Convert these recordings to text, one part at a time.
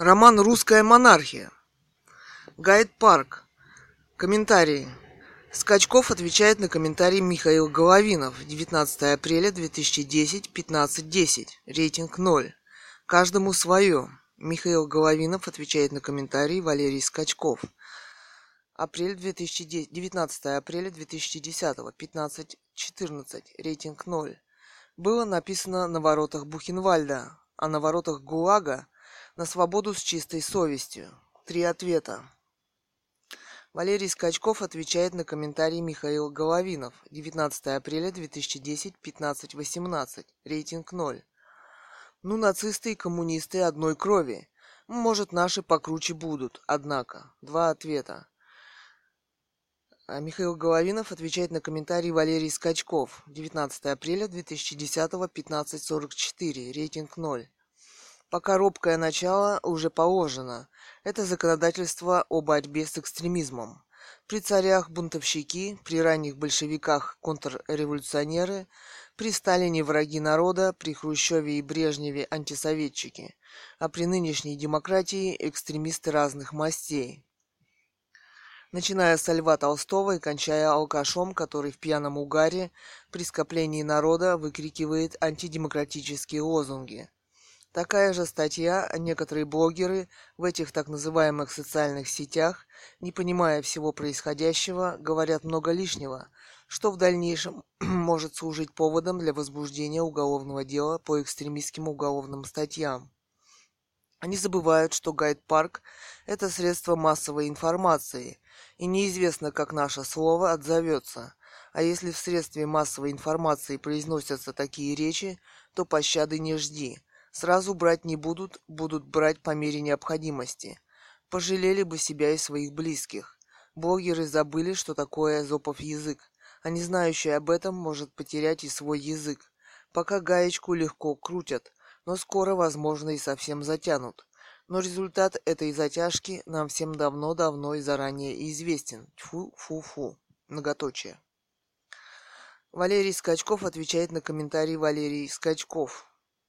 Роман «Русская монархия». Гайд-парк. Комментарии. Скачков отвечает на комментарий Михаил Головинов. 19 апреля 2010, 15:10. Рейтинг 0. Каждому свое. Михаил Головинов отвечает на комментарий Валерий Скачков. 19 апреля 2010, 15:14. Рейтинг 0. Было написано на воротах Бухенвальда, а на воротах ГУЛАГа на свободу с чистой совестью. 3 ответа. Валерий Скачков отвечает на комментарий Михаил Головинов. 19 апреля 2010, 15:18. Рейтинг 0. Ну, нацисты и коммунисты одной крови. Может, наши покруче будут, однако. 2 ответа. Михаил Головинов отвечает на комментарий Валерий Скачков. 19 апреля 2010, 15:44. Рейтинг 0. Пока робкое начало уже положено. Это законодательство о борьбе с экстремизмом. При царях бунтовщики, при ранних большевиках контрреволюционеры, при Сталине враги народа, при Хрущеве и Брежневе антисоветчики, а при нынешней демократии экстремисты разных мастей. Начиная с Льва Толстого и кончая алкашом, который в пьяном угаре при скоплении народа выкрикивает антидемократические лозунги. Такая же статья, некоторые блогеры в этих так называемых социальных сетях, не понимая всего происходящего, говорят много лишнего, что в дальнейшем может служить поводом для возбуждения уголовного дела по экстремистским уголовным статьям. Они забывают, что гайд-парк – это средство массовой информации, и неизвестно, как наше слово отзовется. А если в средстве массовой информации произносятся такие речи, то пощады не жди. Сразу брать не будут, будут брать по мере необходимости. Пожалели бы себя и своих близких. Блогеры забыли, что такое эзопов язык, а не знающий об этом может потерять и свой язык. Пока гаечку легко крутят, но скоро, возможно, и совсем затянут. Но результат этой затяжки нам всем давно-давно и заранее известен. Тьфу-фу-фу. Многоточие. Валерий Скачков отвечает на комментарий Валерий Скачков.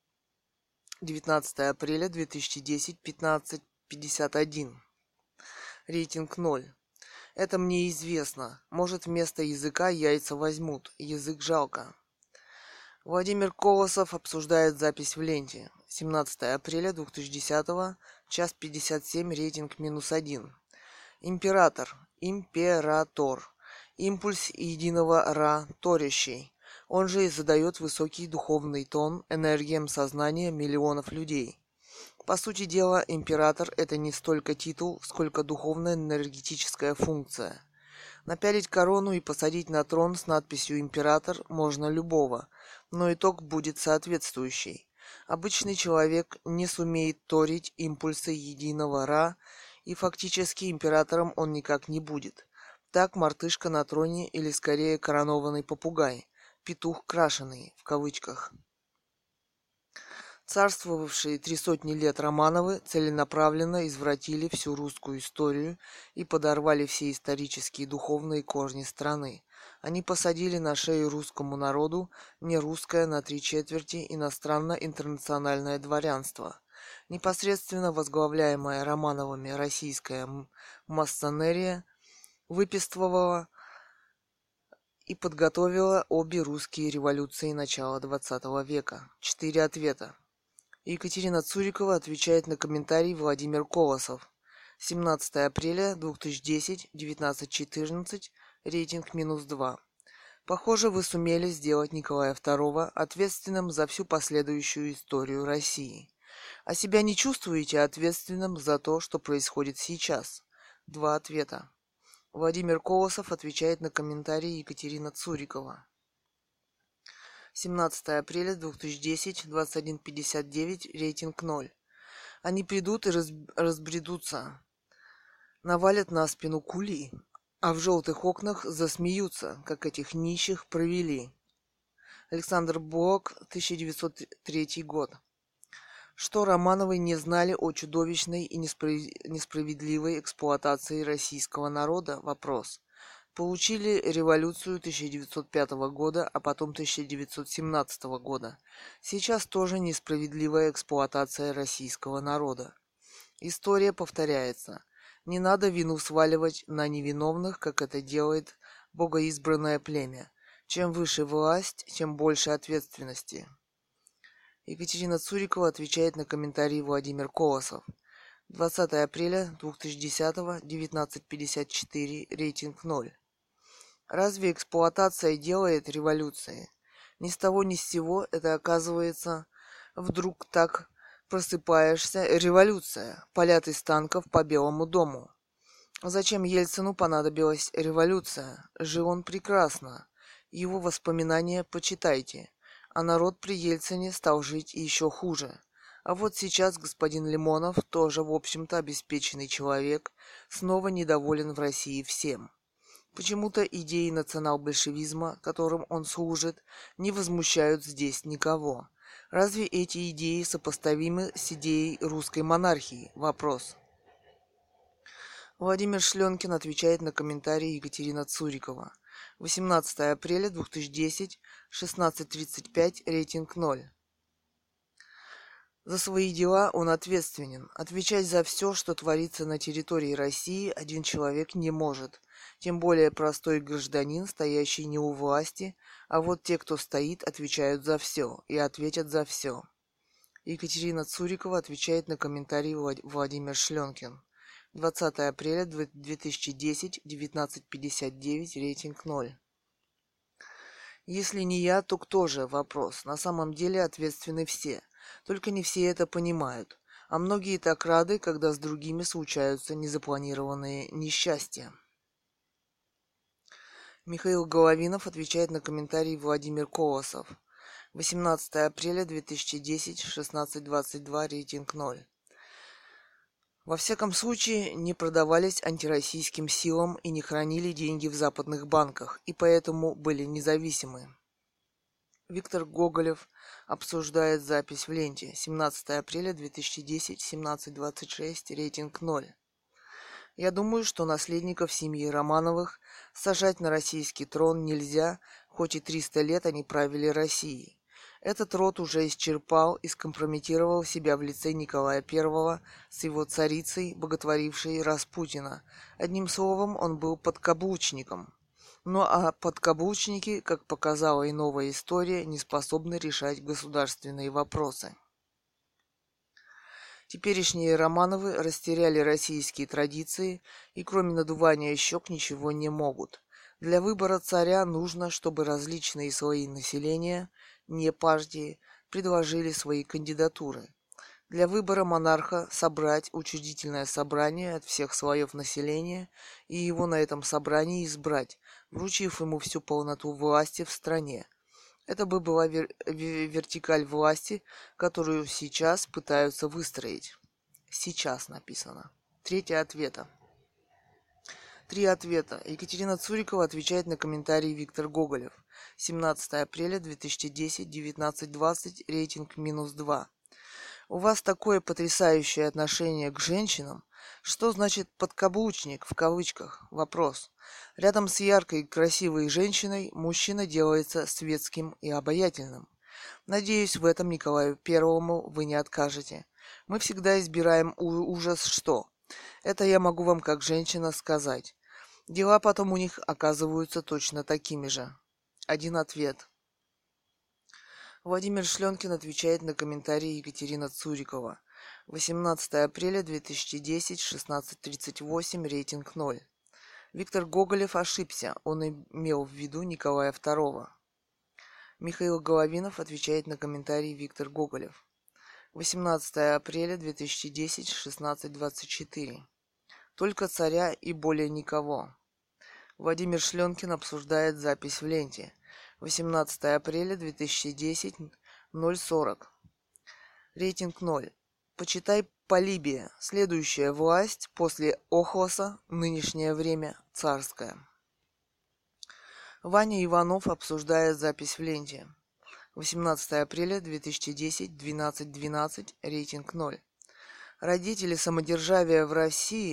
19 апреля 2010, 15:51. Рейтинг 0. Это мне известно. Может, вместо языка яйца возьмут. Язык жалко. Владимир Колосов обсуждает запись в ленте. 17 апреля 2010, час 57, рейтинг -1. Император. Император. Импульс единого Ра, торящий. Он же и задает высокий духовный тон энергиям сознания миллионов людей. По сути дела, император – это не столько титул, сколько духовная энергетическая функция. Напялить корону и посадить на трон с надписью «Император» можно любого, но итог будет соответствующий. Обычный человек не сумеет торить импульсы единого Ра, и фактически императором он никак не будет. Так мартышка на троне или скорее коронованный попугай. «Петух крашеный» в кавычках. Царствовавшие 300 лет Романовы целенаправленно извратили всю русскую историю и подорвали все исторические и духовные корни страны. Они посадили на шею русскому народу нерусское на 3/4 иностранно-интернациональное дворянство. Непосредственно возглавляемая Романовыми российская масонерия выписывала и подготовила обе русские революции начала XX века. 4 ответа. Екатерина Цурикова отвечает на комментарий Владимир Колосов. 17 апреля 2010, 19:14, рейтинг -2. Похоже, вы сумели сделать Николая II ответственным за всю последующую историю России. А себя не чувствуете ответственным за то, что происходит сейчас? 2 ответа. Владимир Колосов отвечает на комментарий Екатерина Цурикова. 17 апреля 2010, 21:59, рейтинг 0. Они придут и разбредутся. Навалят на спину кули, а в желтых окнах засмеются, как этих нищих провели. Александр Блок, 1903 год. Что Романовы не знали о чудовищной и несправедливой эксплуатации российского народа? Вопрос. Получили революцию 1905 года, а потом 1917 года. Сейчас тоже несправедливая эксплуатация российского народа. История повторяется. Не надо вину сваливать на невиновных, как это делает богоизбранное племя. Чем выше власть, тем больше ответственности. Екатерина Цурикова отвечает на комментарий Владимир Колосов. 20 апреля 2010, 19:54, рейтинг 0. Разве эксплуатация делает революции? Ни с того ни с сего это оказывается вдруг так просыпаешься. Революция. Палят из танков по Белому дому. Зачем Ельцину понадобилась революция? Жил он прекрасно. Его воспоминания почитайте. А народ при Ельцине стал жить еще хуже. А вот сейчас господин Лимонов, тоже, в общем-то, обеспеченный человек, снова недоволен в России всем. Почему-то идеи национал-большевизма, которым он служит, не возмущают здесь никого. Разве эти идеи сопоставимы с идеей русской монархии? Вопрос. Владимир Шленкин отвечает на комментарий Екатерина Цурикова. 18 апреля 2010, 16:35, рейтинг 0. За свои дела он ответственен. Отвечать за все, что творится на территории России, один человек не может. Тем более простой гражданин, стоящий не у власти, а вот те, кто стоит, отвечают за все и ответят за все. Екатерина Цурикова отвечает на комментарий Владимир Шленкин. 20 апреля 2010, 19:59, рейтинг 0. Если не я, то кто же? Вопрос. На самом деле ответственны все. Только не все это понимают. А многие так рады, когда с другими случаются незапланированные несчастья. Михаил Головинов отвечает на комментарий Владимир Колосов. 18 апреля 2010, 16:22, рейтинг 0. Во всяком случае, не продавались антироссийским силам и не хранили деньги в западных банках, и поэтому были независимы. Виктор Гоголев обсуждает запись в ленте. 17 апреля 2010, 17:26, рейтинг 0. Я думаю, что наследников семьи Романовых сажать на российский трон нельзя, хоть и 300 лет они правили Россией. Этот род уже исчерпал и скомпрометировал себя в лице Николая I с его царицей, боготворившей Распутина. Одним словом, он был подкаблучником. Ну а подкаблучники, как показала и новая история, не способны решать государственные вопросы. Теперешние Романовы растеряли российские традиции и кроме надувания щек ничего не могут. Для выбора царя нужно, чтобы различные слои населения, не партии, предложили свои кандидатуры. Для выбора монарха собрать учредительное собрание от всех слоев населения и его на этом собрании избрать, вручив ему всю полноту власти в стране. Это бы была вертикаль власти, которую сейчас пытаются выстроить. Сейчас написано. Три ответа. Екатерина Цурикова отвечает на комментарий Виктор Гоголев. 17 апреля 2010, 19:20, рейтинг -2. У вас такое потрясающее отношение к женщинам. Что значит «подкаблучник» в кавычках? Вопрос. Рядом с яркой, красивой женщиной мужчина делается светским и обаятельным. Надеюсь, в этом Николаю Первому вы не откажете. Мы всегда избираем ужас что? Это я могу вам как женщина сказать. Дела потом у них оказываются точно такими же. Один ответ. Владимир Шленкин отвечает на комментарий Екатерина Цурикова. 18 апреля 2010, 16:38, рейтинг 0. Виктор Гоголев ошибся, он имел в виду Николая II. Михаил Головинов отвечает на комментарий Виктор Гоголев. 18 апреля 2010, 16:24. Только царя и более никого. Владимир Шленкин обсуждает запись в ленте. 18 апреля 2010, 0:40. Рейтинг 0. Почитай Полибия. Следующая власть после Охлоса, нынешнее время царская. Ваня Иванов обсуждает запись в ленте. 18 апреля 2010, 12:12, рейтинг 0. Родители самодержавия в России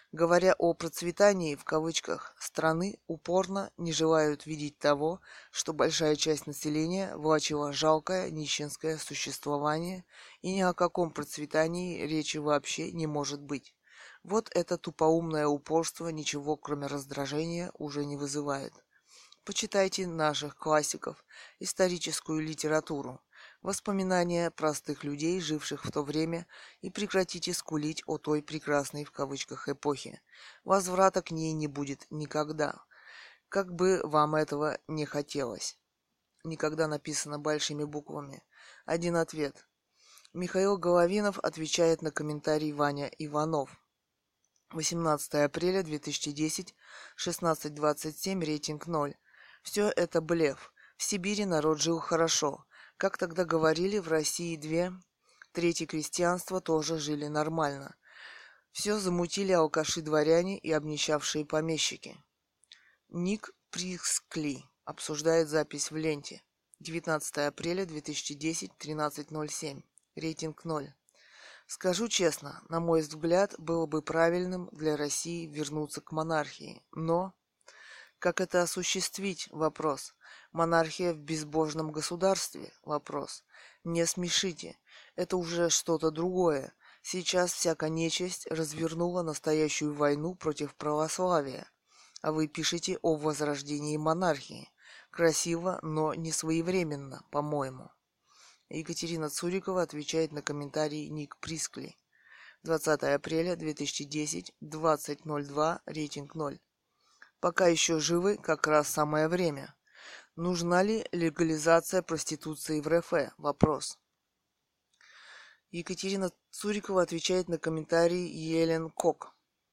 Говоря о «процветании» в кавычках страны, упорно не желают видеть того, что большая часть населения влачила жалкое нищенское существование, и ни о каком процветании речи вообще не может быть. Вот это тупоумное упорство ничего, кроме раздражения, уже не вызывает. Почитайте наших классиков, историческую литературу, воспоминания простых людей, живших в то время, и прекратите скулить о той «прекрасной» в кавычках эпохе. Возврата к ней не будет никогда, как бы вам этого не хотелось. Никогда написано большими буквами. Один ответ. Михаил Головинов отвечает на комментарий Ваня Иванов. 18 апреля 2010, 16:27, рейтинг 0. Все это блеф. В Сибири народ жил хорошо. Как тогда говорили, в России 2/3 крестьянства тоже жили нормально. Все замутили алкаши-дворяне и обнищавшие помещики. Ник Прискли обсуждает запись в ленте. 19 апреля 2010, 13:07. Рейтинг 0. Скажу честно, на мой взгляд, было бы правильным для России вернуться к монархии. Но как это осуществить? Вопрос. Монархия в безбожном государстве? Вопрос. Не смешите. Это уже что-то другое. Сейчас всякая нечисть развернула настоящую войну против православия. А вы пишете о возрождении монархии. Красиво, но не своевременно, по-моему. Екатерина Цурикова отвечает на комментарий Ник Прискли. 20 апреля 2010, 20:02, рейтинг 0. Пока еще живы, как раз самое время. Нужна ли легализация проституции в РФ? Вопрос. Екатерина Цурикова отвечает на комментарий Елен Кок.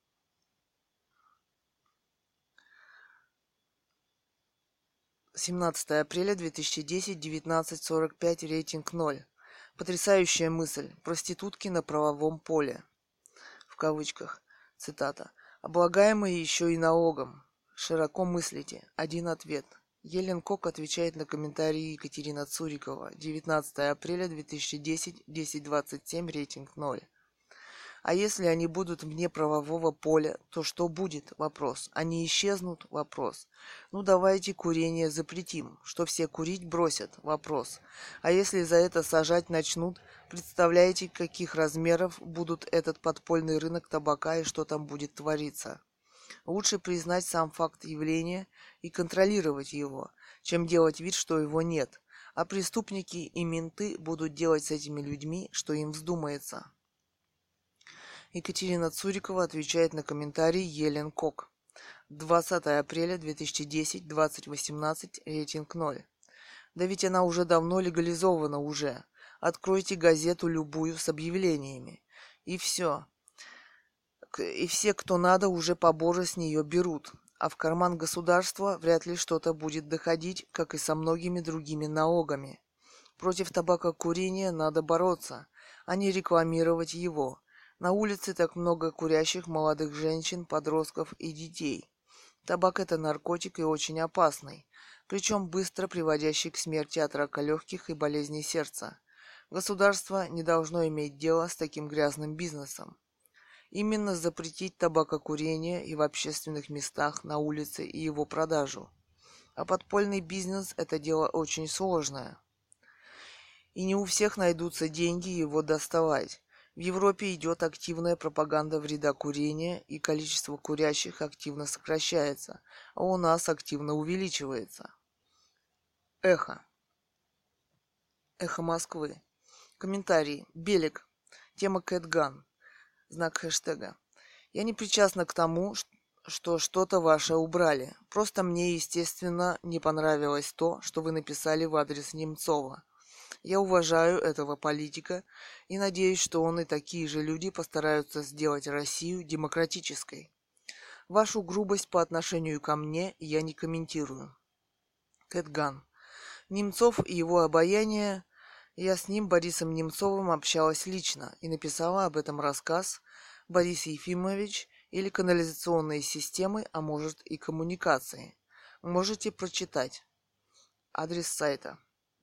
17 апреля 2010, 19:45, рейтинг 0. Потрясающая мысль. Проститутки на правовом поле. В кавычках. Цитата. Облагаемые еще и налогом. Широко мыслите. Один ответ. Елен Кок отвечает на комментарии Екатерина Цурикова. 19 апреля 2010, 10:27, рейтинг 0. А если они будут вне правового поля, то что будет? Вопрос. Они исчезнут? Вопрос. Ну давайте курение запретим, что все курить бросят? Вопрос. А если за это сажать начнут, представляете, каких размеров будут этот подпольный рынок табака и что там будет твориться? Лучше признать сам факт явления и контролировать его, чем делать вид, что его нет. А преступники и менты будут делать с этими людьми, что им вздумается. Екатерина Цурикова отвечает на комментарий Елен Кок. 20 апреля 2010, 20:18, рейтинг 0. Да ведь она уже давно легализована уже. Откройте газету любую с объявлениями. И все. И все, кто надо, уже поборы с нее берут. А в карман государства вряд ли что-то будет доходить, как и со многими другими налогами. Против табакокурения надо бороться, а не рекламировать его. На улице так много курящих молодых женщин, подростков и детей. Табак – это наркотик и очень опасный, причем быстро приводящий к смерти от рака легких и болезней сердца. Государство не должно иметь дело с таким грязным бизнесом. Именно запретить табакокурение и в общественных местах, на улице и его продажу. А подпольный бизнес – это дело очень сложное. И не у всех найдутся деньги его доставать. В Европе идет активная пропаганда вреда курения, и количество курящих активно сокращается, а у нас активно увеличивается. Эхо. Эхо Москвы. Комментарий. Белик. Тема Кэтган. Знак хэштега. Я не причастна к тому, что что-то ваше убрали. Просто мне, естественно, не понравилось то, что вы написали в адрес Немцова. Я уважаю этого политика и надеюсь, что он и такие же люди постараются сделать Россию демократической. Вашу грубость по отношению ко мне я не комментирую. Кэтган. Немцов и его обаяние. Я с ним, Борисом Немцовым, общалась лично и написала об этом рассказ «Борис Ефимович» или «Канализационные системы, а может и коммуникации». Можете прочитать. Адрес сайта.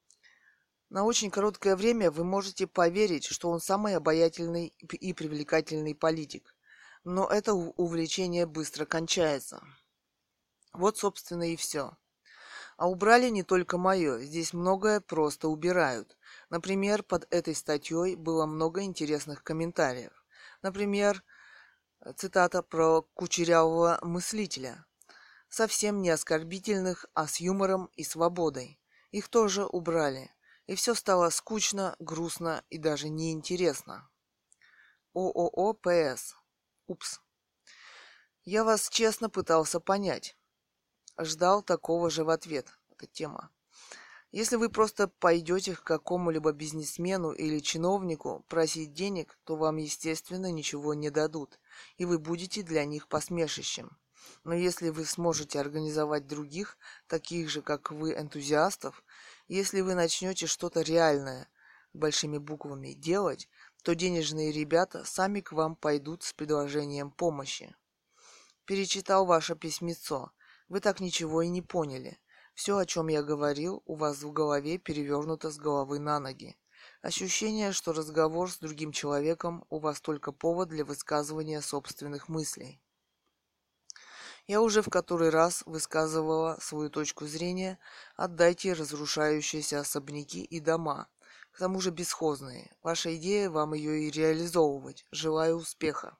На очень короткое время вы можете поверить, что он самый обаятельный и привлекательный политик. но это увлечение быстро кончается. Вот, собственно, и все. А убрали не только мое, здесь многое просто убирают. Например, под этой статьей было много интересных комментариев. Например, цитата про кучерявого мыслителя. Совсем не оскорбительных, а с юмором и свободой. Их тоже убрали. И все стало скучно, грустно и даже неинтересно. ООО ПС. Упс. Я вас честно пытался понять. Ждал такого же в ответ. Это тема. Если вы просто пойдете к какому-либо бизнесмену или чиновнику просить денег, то вам, естественно, ничего не дадут, и вы будете для них посмешищем. Но если вы сможете организовать других, таких же, как вы, энтузиастов, если вы начнете что-то реальное, большими буквами, делать, то денежные ребята сами к вам пойдут с предложением помощи. Перечитал ваше письмецо. Вы так ничего и не поняли. Все, о чем я говорил, у вас в голове перевернуто с головы на ноги. Ощущение, что разговор с другим человеком у вас только повод для высказывания собственных мыслей. Я уже в который раз высказывала свою точку зрения: отдайте разрушающиеся особняки и дома, к тому же бесхозные. Ваша идея, вам ее и реализовывать. Желаю успеха.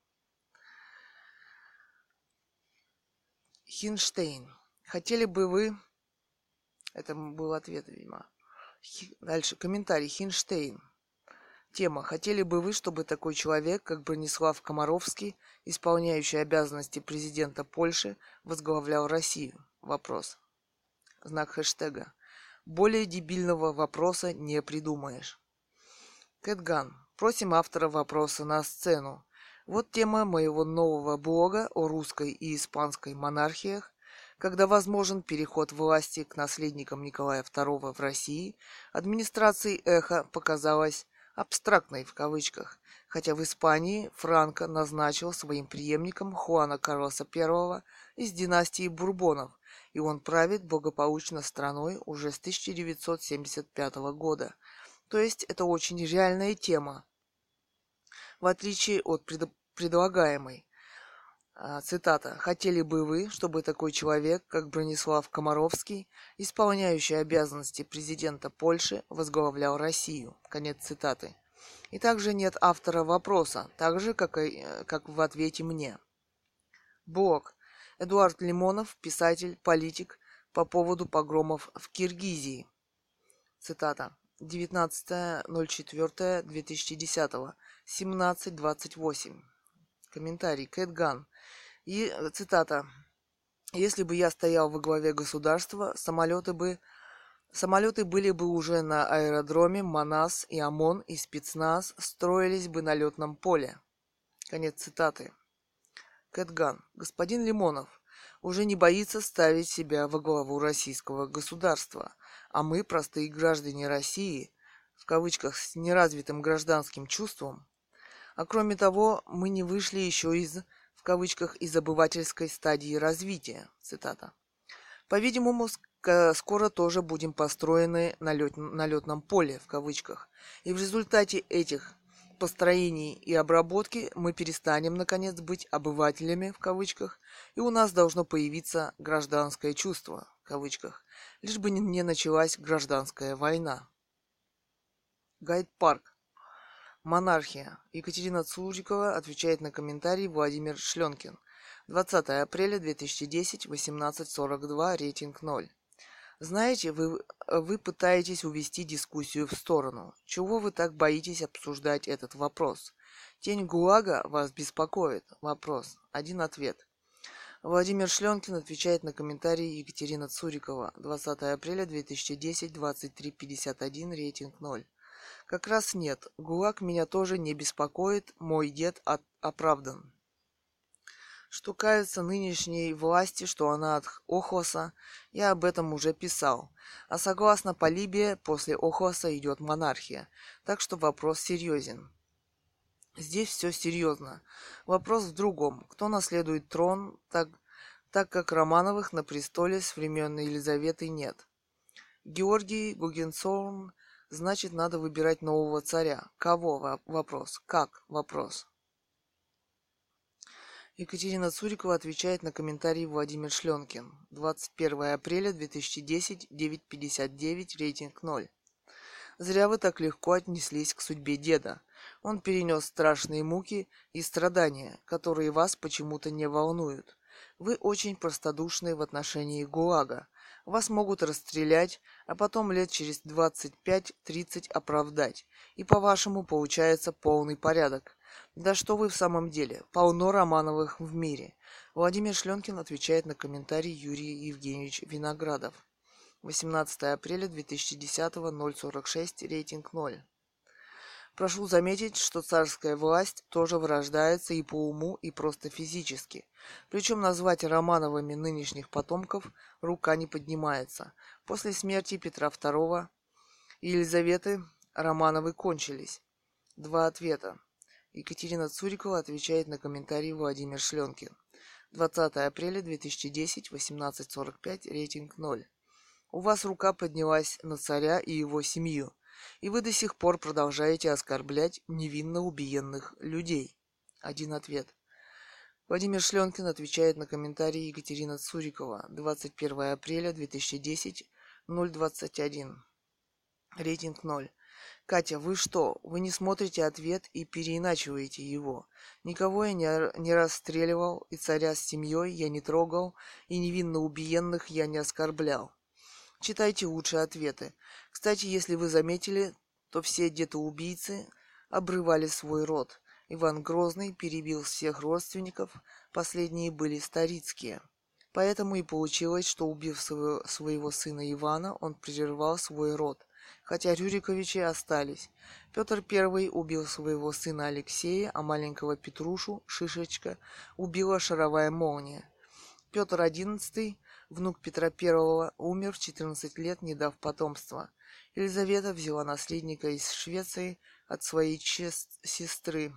Хинштейн. Хотели бы вы... Это был ответ, видимо. Дальше. Комментарий. Хинштейн. Тема. Хотели бы вы, чтобы такой человек, как Бронислав Комаровский, исполняющий обязанности президента Польши, возглавлял Россию? Вопрос. Знак хэштега. Более дебильного вопроса не придумаешь. Кэтган. Просим автора вопроса на сцену. Вот тема моего нового блога о русской и испанской монархиях. Когда возможен переход власти к наследникам Николая II в России, администрации Эхо показалось абстрактной в кавычках, хотя в Испании Франко назначил своим преемником Хуана Карлоса I из династии Бурбонов, и он правит благополучно страной уже с 1975 года. То есть это очень реальная тема, в отличие от предлагаемой. Цитата. «Хотели бы вы, чтобы такой человек, как Бронислав Комаровский, исполняющий обязанности президента Польши, возглавлял Россию?» Конец цитаты. И также нет автора вопроса, так же, как в ответе мне. Блог. Эдуард Лимонов, писатель, политик, по поводу погромов в Киргизии. Цитата. 19.04.2010. 17.28. Комментарий. Кэтган. И цитата. Если бы я стоял во главе государства, самолеты были бы уже на аэродроме, Манас и ОМОН и спецназ строились бы на летном поле. Конец цитаты. Кэтган. Господин Лимонов уже не боится ставить себя во главу российского государства, а мы, простые граждане России, в кавычках, с неразвитым гражданским чувством, а кроме того, мы не вышли еще в кавычках, из обывательской стадии развития. Цитата. По-видимому, скоро тоже будем построены на летном поле, в кавычках. И в результате этих построений и обработки мы перестанем, наконец, быть обывателями, в кавычках, и у нас должно появиться гражданское чувство, в кавычках, лишь бы не началась гражданская война. Гайд-парк. Монархия. Екатерина Цурикова отвечает на комментарий Владимир Шленкин. 20 апреля 2010, 18:42, рейтинг 0. Знаете, вы пытаетесь увести дискуссию в сторону. Чего вы так боитесь обсуждать этот вопрос? Тень ГУЛАГа вас беспокоит? Вопрос. Один ответ. Владимир Шленкин отвечает на комментарий Екатерина Цурикова. 20 апреля 2010, 23:51, рейтинг 0. Как раз нет. ГУЛАГ меня тоже не беспокоит. Мой дед оправдан. Что кается нынешней власти, что она от Охлоса, я об этом уже писал. А согласно Полибия, после Охлоса идет монархия. Так что вопрос серьезен. Здесь все серьезно. Вопрос в другом. Кто наследует трон, так как Романовых на престоле с времен Елизаветы нет? Георгий Гогенцоллерн. Значит, надо выбирать нового царя. Кого? Вопрос. Как? Вопрос. Екатерина Цурикова отвечает на комментарий Владимир Шленкин. 21 апреля 2010, 9:59, рейтинг 0. Зря вы так легко отнеслись к судьбе деда. Он перенес страшные муки и страдания, которые вас почему-то не волнуют. Вы очень простодушны в отношении ГУЛАГа. Вас могут расстрелять, а потом лет через 25-30 оправдать. И по-вашему получается полный порядок. Да что вы в самом деле, полно Романовых в мире. Владимир Шленкин отвечает на комментарий Юрий Евгеньевич Виноградов. 18 апреля 2010, 0:46, рейтинг 0. Прошу заметить, что царская власть тоже вырождается и по уму, и просто физически. Причем назвать Романовыми нынешних потомков рука не поднимается. После смерти Петра II и Елизаветы Романовы кончились. Два ответа. Екатерина Цурикова отвечает на комментарий Владимир Шленкин. 20 апреля 2010, 18:45, рейтинг 0. У вас рука поднялась на царя и его семью, и вы до сих пор продолжаете оскорблять невинно убиенных людей. Один ответ. Владимир Шленкин отвечает на комментарий Екатерина Цурикова. 21 апреля 2010, 0:21, рейтинг 0. Катя, вы что? Вы не смотрите ответ и переиначиваете его. Никого я не расстреливал, и царя с семьей я не трогал, и невинно убиенных я не оскорблял. Читайте лучше ответы. Кстати, если вы заметили, то все детоубийцы обрывали свой род. Иван Грозный перебил всех родственников, последние были старицкие. Поэтому и получилось, что, убив своего сына Ивана, он прервал свой род. Хотя Рюриковичи остались. Петр I убил своего сына Алексея, а маленького Петрушу, Шишечка, убила шаровая молния. Петр XI, внук Петра I, умер в 14 лет, не дав потомства. Елизавета взяла наследника из Швеции от своей сестры.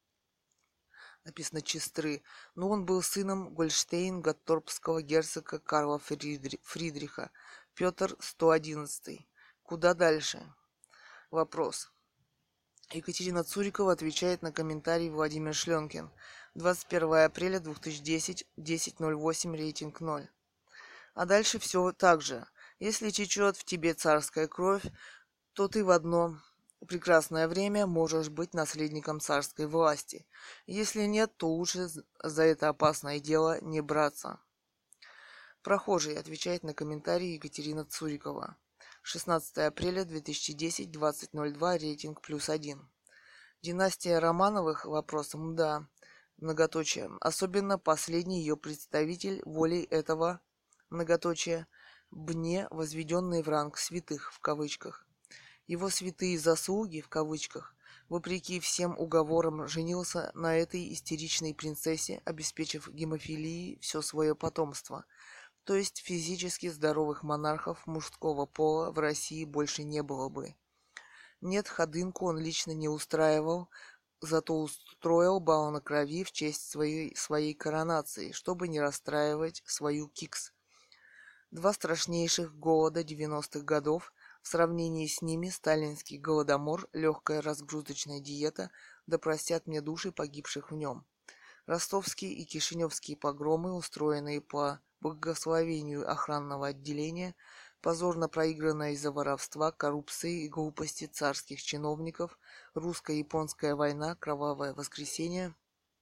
Написано Честры, но он был сыном Гольштейн-Готторпского герцога Карла Фридриха. Петр 111. Куда дальше? Вопрос. Екатерина Цурикова отвечает на комментарий Владимир Шленкин. 21 апреля 2010, 10:08, рейтинг 0. А дальше все так же. Если течет в тебе царская кровь, то ты в одно прекрасное время можешь быть наследником царской власти. Если нет, то лучше за это опасное дело не браться. Прохожий отвечает на комментарий Екатерина Цурикова. 16 апреля 2010, 20:02, рейтинг +1. Династия Романовых? Вопросом да. Многоточие. Особенно последний ее представитель волей этого многоточия, Бне, возведенный в ранг святых в кавычках. Его святые заслуги в кавычках, вопреки всем уговорам, женился на этой истеричной принцессе, обеспечив гемофилией все свое потомство. То есть физически здоровых монархов мужского пола в России больше не было бы. Нет, ходынку он лично не устраивал, зато устроил бал на крови в честь своей коронации, чтобы не расстраивать свою кикс. Два страшнейших голода 90-х годов, в сравнении с ними сталинский голодомор, легкая разгрузочная диета, да простят мне души погибших в нем. Ростовские и кишиневские погромы, устроенные по благословению охранного отделения, позорно проигранная из-за воровства, коррупции и глупости царских чиновников, русско-японская война, кровавое воскресенье,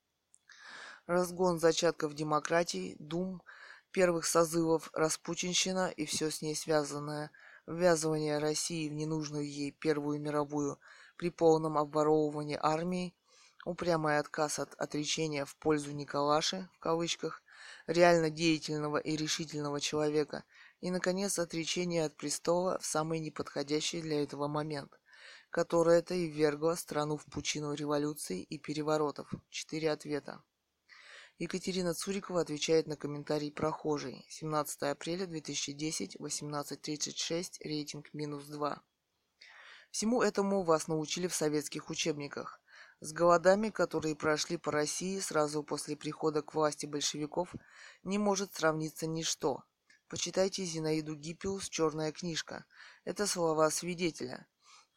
разгон зачатков демократии, дум, первых созывов распутинщина и все с ней связанное, ввязывание России в ненужную ей Первую мировую при полном обворовывании армии, упрямый отказ от отречения в пользу Николаши, в кавычках, реально деятельного и решительного человека, и, наконец, отречение от престола в самый неподходящий для этого момент, которое-то и ввергло страну в пучину революций и переворотов. 4 ответа. Екатерина Цурикова отвечает на комментарий прохожий. 17 апреля 2010, 18:36, рейтинг -2. Всему этому вас научили в советских учебниках. С голодами, которые прошли по России сразу после прихода к власти большевиков, не может сравниться ничто. Почитайте Зинаиду Гиппиус «Черная книжка». Это слова свидетеля.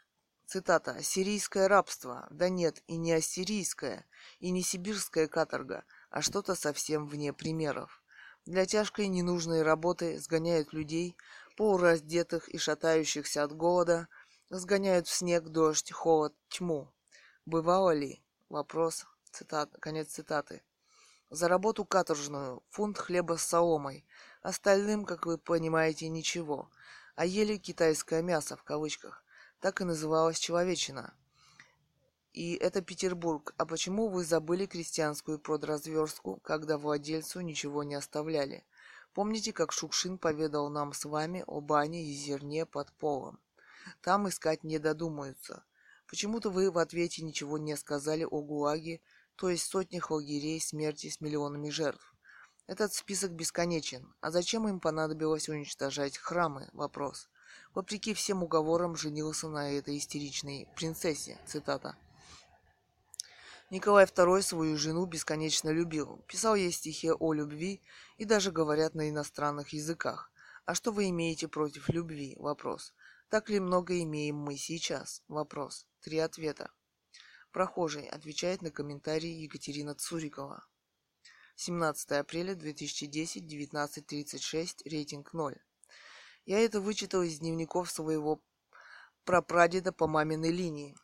Цитата. «Ассирийское рабство. Да нет, и не ассирийское, и не сибирская каторга, а что-то совсем вне примеров. Для тяжкой ненужной работы сгоняют людей, полураздетых и шатающихся от голода, сгоняют в снег, дождь, холод, тьму. Бывало ли?» Вопрос. Конец цитаты. За работу каторжную, фунт хлеба с соломой. Остальным, как вы понимаете, ничего. А ели китайское мясо, в кавычках. Так и называлась человечина. И это Петербург. А почему вы забыли крестьянскую продразверстку, когда владельцу ничего не оставляли? Помните, как Шукшин поведал нам с вами о бане и зерне под полом? Там искать не додумаются. Почему-то вы в ответе ничего не сказали о ГУЛАГе, то есть сотнях лагерей смерти с миллионами жертв. Этот список бесконечен. А зачем им понадобилось уничтожать храмы? Вопрос. Вопреки всем уговорам женился на этой истеричной принцессе. Цитата. Николай II свою жену бесконечно любил, писал ей стихи о любви и даже говорят на иностранных языках. А что вы имеете против любви? Вопрос. Так ли много имеем мы сейчас? Вопрос. 3 ответа. Прохожий отвечает на комментарии Екатерина Цурикова. 17 апреля 2010, 19:36, рейтинг 0. Я это вычитал из дневников своего прапрадеда по маминой линии,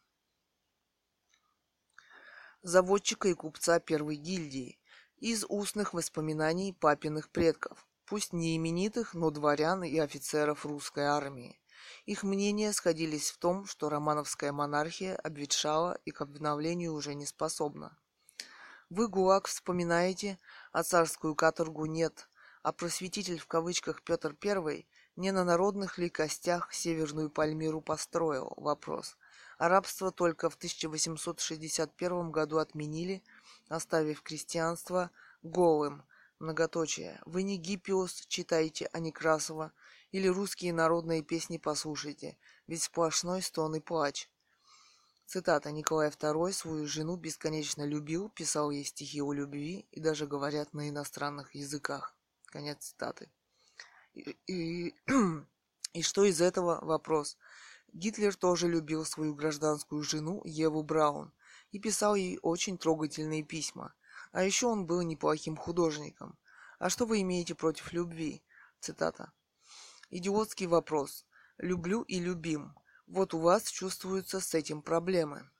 заводчика и купца первой гильдии, из устных воспоминаний папиных предков, пусть не именитых, но дворян и офицеров русской армии. Их мнения сходились в том, что романовская монархия обветшала и к обновлению уже не способна. Вы ГУЛАГ вспоминаете, а царскую каторгу нет, а просветитель в кавычках Петр I не на народных ли костях Северную Пальмиру построил? Вопрос. А рабство только в 1861 году отменили, оставив крестьянство голым. Многоточие. Вы не Гиппиус читайте, а Некрасова, или русские народные песни послушайте, ведь сплошной стон и плач. Цитата. Николай II свою жену бесконечно любил, писал ей стихи о любви и даже говорят на иностранных языках. Конец цитаты. И что из этого? Вопрос. Гитлер тоже любил свою гражданскую жену Еву Браун и писал ей очень трогательные письма. А еще он был неплохим художником. А что вы имеете против любви? Цитата. Идиотский вопрос. Люблю и любим. Вот у вас чувствуются с этим проблемы.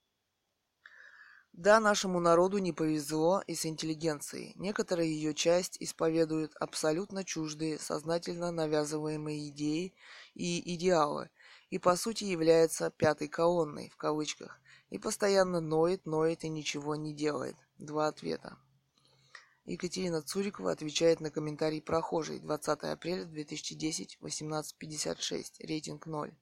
Да, нашему народу не повезло и с интеллигенцией. Некоторая ее часть исповедует абсолютно чуждые, сознательно навязываемые идеи и идеалы, и по сути является «пятой колонной» в кавычках, и постоянно ноет и ничего не делает. 2 ответа. Екатерина Цурикова отвечает на комментарий прохожий. 20 апреля 2010, 18:56, рейтинг 0.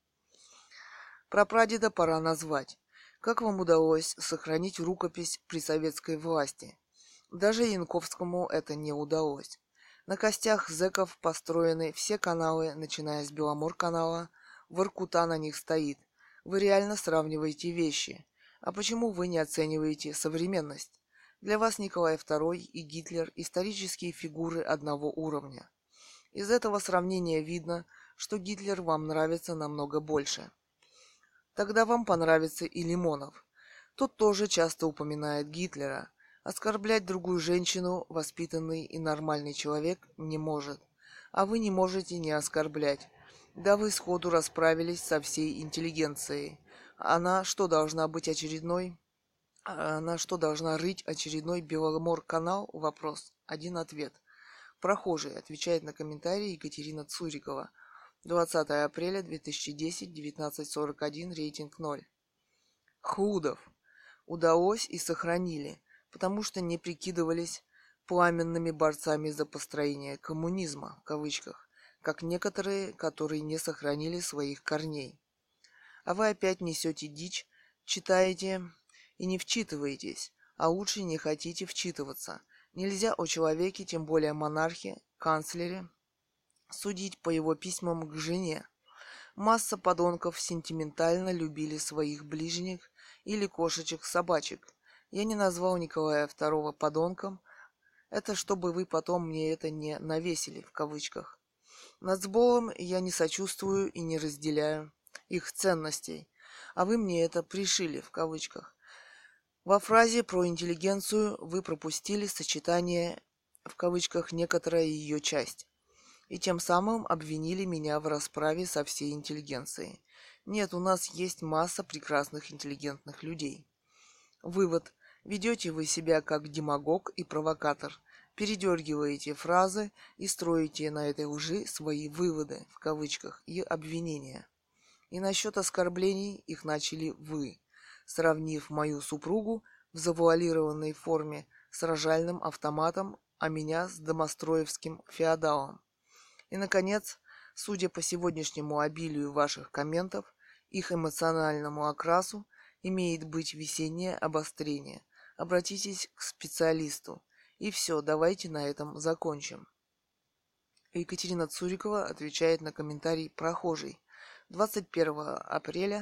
Прапрадеда пора назвать. Как вам удалось сохранить рукопись при советской власти? Даже Янковскому это не удалось. На костях зэков построены все каналы, начиная с Беломор-канала, Воркута на них стоит. Вы реально сравниваете вещи. А почему вы не оцениваете современность? Для вас Николай II и Гитлер – исторические фигуры одного уровня. Из этого сравнения видно, что Гитлер вам нравится намного больше. Тогда вам понравится и Лимонов. Тот тоже часто упоминает Гитлера. Оскорблять другую женщину воспитанный и нормальный человек не может. А вы не можете не оскорблять. Да вы сходу расправились со всей интеллигенцией. Она что, должна быть очередной? Она что, должна рыть очередной Беломор-канал? Вопрос. 1 ответ. Прохожий отвечает на комментарий Екатерина Цурикова. 20 апреля 2010, 19:41, рейтинг 0. Худов. Удалось и сохранили, потому что не прикидывались пламенными борцами за построение коммунизма, в кавычках, как некоторые, которые не сохранили своих корней. А вы опять несете дичь, читаете и не вчитываетесь, а лучше не хотите вчитываться. Нельзя о человеке, тем более монархе, канцлере, судить по его письмам к жене. Масса подонков сентиментально любили своих ближних или кошечек-собачек. Я не назвал Николая II подонком. Это чтобы вы потом мне это не навесили, в кавычках. Нацболам я не сочувствую и не разделяю их ценностей. а вы мне это «пришили» в кавычках. Во фразе про интеллигенцию вы пропустили сочетание в кавычках «некоторая ее часть» и тем самым обвинили меня в расправе со всей интеллигенцией. Нет, у нас есть масса прекрасных интеллигентных людей. Вывод. Ведете вы себя как демагог и провокатор. Передергиваете фразы и строите на этой лжи свои «выводы» в кавычках и обвинения. И насчет оскорблений их начали вы, сравнив мою супругу в завуалированной форме с рожальным автоматом, а меня с домостроевским феодалом. И, наконец, судя по сегодняшнему обилию ваших комментов, их эмоциональному окрасу, имеет быть весеннее обострение. Обратитесь к специалисту. И все, давайте на этом закончим. Екатерина Цурикова отвечает на комментарий прохожий. 21 апреля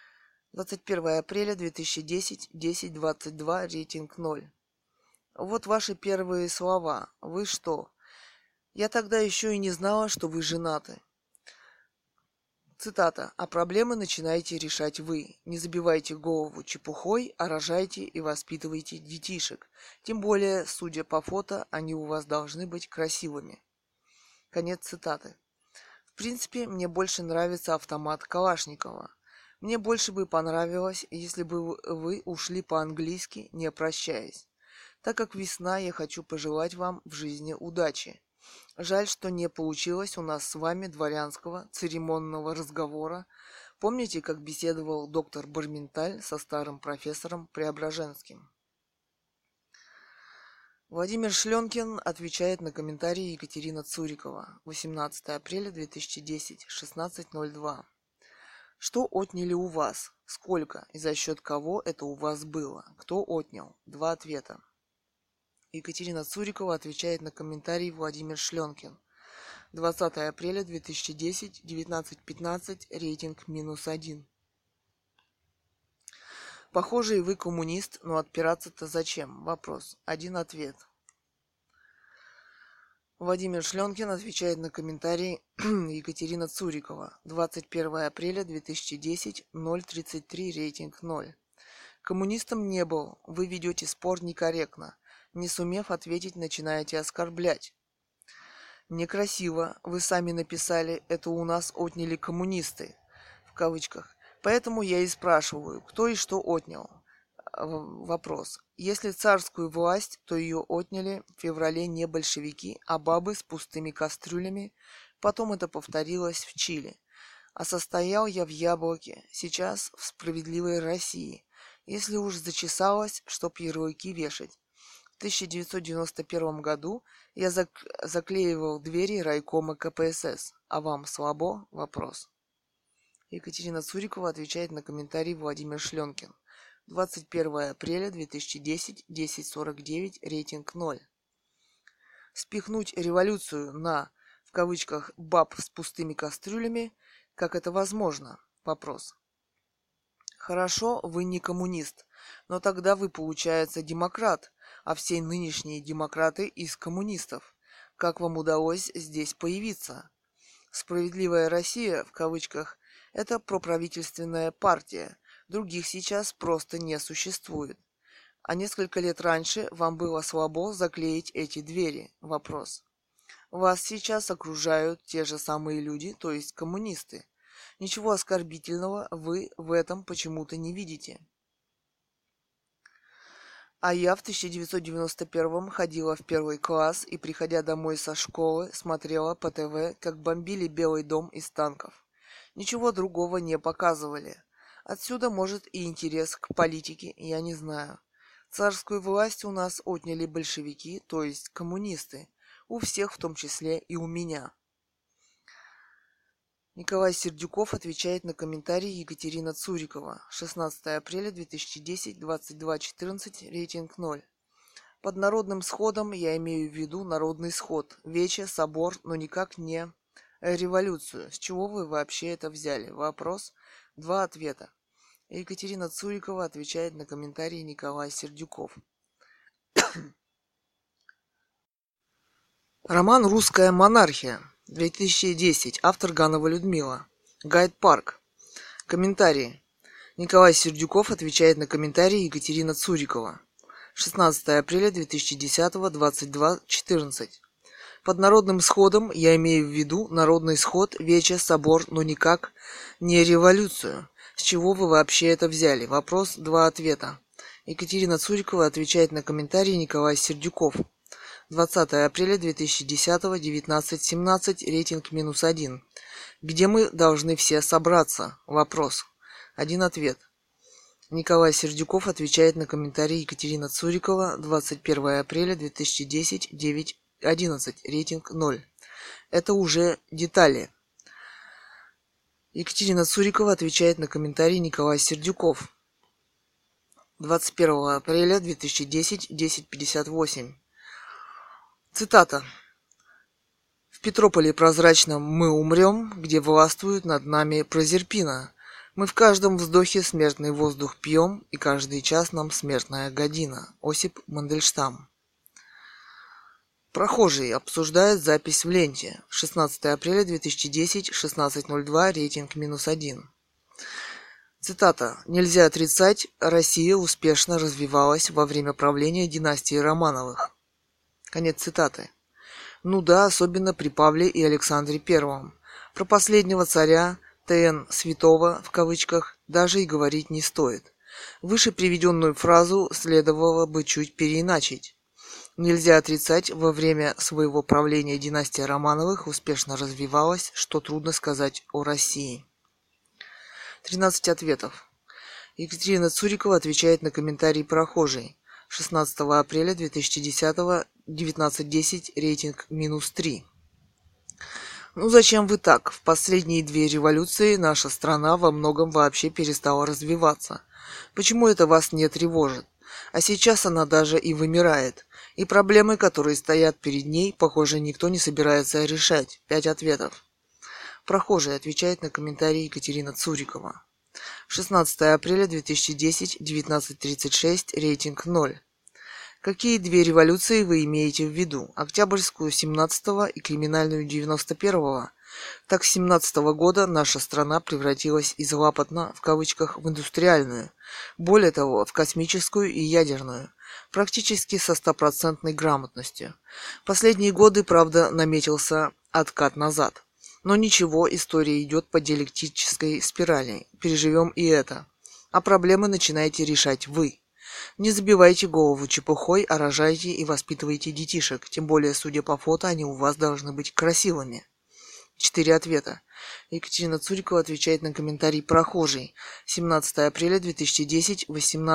2010, 10:22, рейтинг 0. Вот ваши первые слова. Вы что? Я тогда еще и не знала, что вы женаты. Цитата. А проблемы начинаете решать вы. Не забивайте голову чепухой, а рожайте и воспитывайте детишек. Тем более, судя по фото, они у вас должны быть красивыми. Конец цитаты. В принципе, мне больше нравится автомат Калашникова. Мне больше бы понравилось, если бы вы ушли по-английски, не прощаясь. Так как весна, я хочу пожелать вам в жизни удачи. Жаль, что не получилось у нас с вами дворянского церемонного разговора. Помните, как беседовал доктор Барменталь со старым профессором Преображенским? Владимир Шленкин отвечает на комментарии Екатерина Цурикова. 18 апреля 2010, 16:02. Что отняли у вас? Сколько и за счет кого это у вас было? Кто отнял? 2 ответа. Екатерина Цурикова отвечает на комментарий Владимир Шленкин. 20 апреля 2010, 19:15, рейтинг -1. Похоже, и вы коммунист, но отпираться-то зачем? Вопрос. 1 ответ. Владимир Шленкин отвечает на комментарий Екатерина Цурикова. 21 апреля 2010, 0:33, рейтинг 0. Коммунистом не был. Вы ведете спор некорректно. Не сумев ответить, начинаете оскорблять. Некрасиво. Вы сами написали, это у нас отняли коммунисты. В кавычках. Поэтому я и спрашиваю, кто и что отнял. Вопрос. Если царскую власть, то ее отняли в феврале не большевики, а бабы с пустыми кастрюлями. Потом это повторилось в Чили. А состоял я в Яблоке, сейчас в справедливой России. Если уж зачесалось, чтоб ярлыки вешать. В 1991 году я заклеивал двери райкома КПСС. А вам слабо? Вопрос. Екатерина Цурикова отвечает на комментарий Владимир Шленкин. 21 апреля 2010, 10:49, рейтинг 0. Спихнуть революцию на, в кавычках, баб с пустыми кастрюлями, как это возможно? Вопрос. Хорошо, вы не коммунист, но тогда вы, получается, демократ, а все нынешние демократы из коммунистов. Как вам удалось здесь появиться? Справедливая Россия, в кавычках, это проправительственная партия. Других сейчас просто не существует. А несколько лет раньше вам было слабо заклеить эти двери? Вопрос. Вас сейчас окружают те же самые люди, то есть коммунисты. Ничего оскорбительного вы в этом почему-то не видите. А я в 1991 ходила в 1 класс и, приходя домой со школы, смотрела по ТВ, как бомбили Белый дом из танков. Ничего другого не показывали. Отсюда, может, и интерес к политике, я не знаю. Царскую власть у нас отняли большевики, то есть коммунисты. У всех, в том числе и у меня. Николай Сердюков отвечает на комментарий Екатерина Цурикова. 16 апреля 2010, 22:14, рейтинг 0. Под народным сходом я имею в виду народный сход, вече, собор, но никак не революцию. С чего вы вообще это взяли? Вопрос. 2 ответа. Екатерина Цурикова отвечает на комментарий Николай Сердюков. Роман «Русская монархия», 2010, автор Ганова Людмила. Гайд-парк. Комментарии. Николай Сердюков отвечает на комментарии Екатерина Цурикова. 16 апреля 2010, 22:14. Под народным сходом я имею в виду народный сход, вече, собор, но никак не революцию. С чего вы вообще это взяли? Вопрос, два ответа. Екатерина Цурикова отвечает на комментарии Николай Сердюков. 20 апреля 2010, 19:17, рейтинг -1. Где мы должны все собраться? Вопрос. Один ответ. Николай Сердюков отвечает на комментарии Екатерина Цурикова. 21 апреля 2010, 9:11, рейтинг 0. Это уже детали. Екатерина Цурикова отвечает на комментарии Николай Сердюков. 21 апреля 2010, 10:58. Цитата. В Петрополе прозрачном мы умрем, где властвует над нами Прозерпина. Мы в каждом вздохе смертный воздух пьем, и каждый час нам смертная година. Осип Мандельштам. Прохожий обсуждает запись в ленте. 16 апреля 2010, 16:02, рейтинг -1. Цитата. Нельзя отрицать, Россия успешно развивалась во время правления династии Романовых. Конец цитаты. Ну да, особенно при Павле и Александре Первом. Про последнего царя ТН «святого» в кавычках даже и говорить не стоит. Выше приведенную фразу следовало бы чуть переиначить. Нельзя отрицать, во время своего правления династия Романовых успешно развивалась, что трудно сказать о России. 13 ответов. Екатерина Цурикова отвечает на комментарий прохожий. 16 апреля 2010, 19:10, рейтинг -3. Ну зачем вы так? В последние две революции наша страна во многом вообще перестала развиваться. Почему это вас не тревожит? А сейчас она даже и вымирает. И проблемы, которые стоят перед ней, похоже, никто не собирается решать. 5 ответов. Прохожий отвечает на комментарий Екатерина Цурикова. 16 апреля 2010, 19:36, рейтинг 0. Какие две революции вы имеете в виду? Октябрьскую 17-го и криминальную 91-го? Так с 17-го года наша страна превратилась из «лапотно» в кавычках в индустриальную, более того, в космическую и ядерную, практически со 100% грамотностью. Последние годы, правда, наметился откат назад. Но ничего, история идет по диалектической спирали. Переживем и это. А проблемы начинаете решать вы. Не забивайте голову чепухой, а рожайте и воспитывайте детишек. Тем более, судя по фото, они у вас должны быть красивыми. 4 ответа. Екатерина Цурикова отвечает на комментарий прохожий. 17 апреля 2010,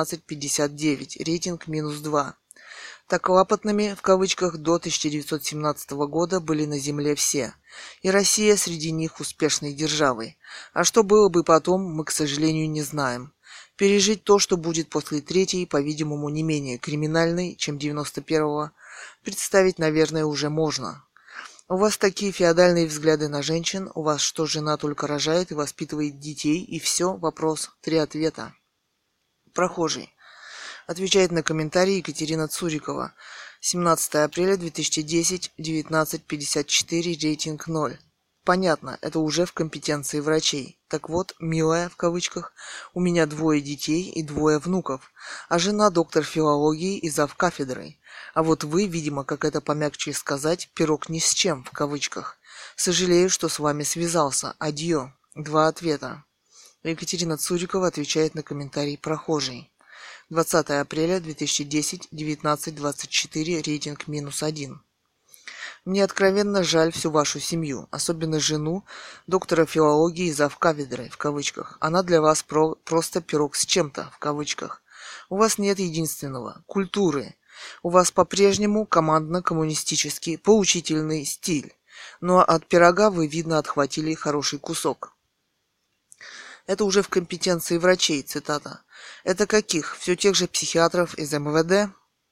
18:59. Рейтинг -2. Так лапотными, в кавычках, до 1917 года были на земле все. И Россия среди них успешной державой. А что было бы потом, мы, к сожалению, не знаем. Пережить то, что будет после третьей, по-видимому, не менее криминальной, чем 91-го, представить, наверное, уже можно. У вас такие феодальные взгляды на женщин, у вас что, жена только рожает и воспитывает детей, и все, вопрос, 3 ответа. Прохожий. Отвечает на комментарий Екатерина Цурикова. 17 апреля 2010, 19:54, рейтинг 0. Понятно, это уже в компетенции врачей. Так вот, милая, в кавычках, у меня 2 детей и 2 внуков, а жена доктор филологии и завкафедрой. А вот вы, видимо, как это помягче сказать, пирог ни с чем, в кавычках. Сожалею, что с вами связался. Адьё. 2 ответа. Екатерина Цурикова отвечает на комментарий прохожий. 20 апреля 2010, 19:24, рейтинг -1. Мне откровенно жаль всю вашу семью, особенно жену, доктора филологии и завкафедрой, в кавычках. Она для вас просто пирог с чем-то, в кавычках. У вас нет единственного – культуры. У вас по-прежнему командно-коммунистический, поучительный стиль. Но от пирога вы, видно, отхватили хороший кусок. Это уже в компетенции врачей, цитата. Это каких? Все тех же психиатров из МВД?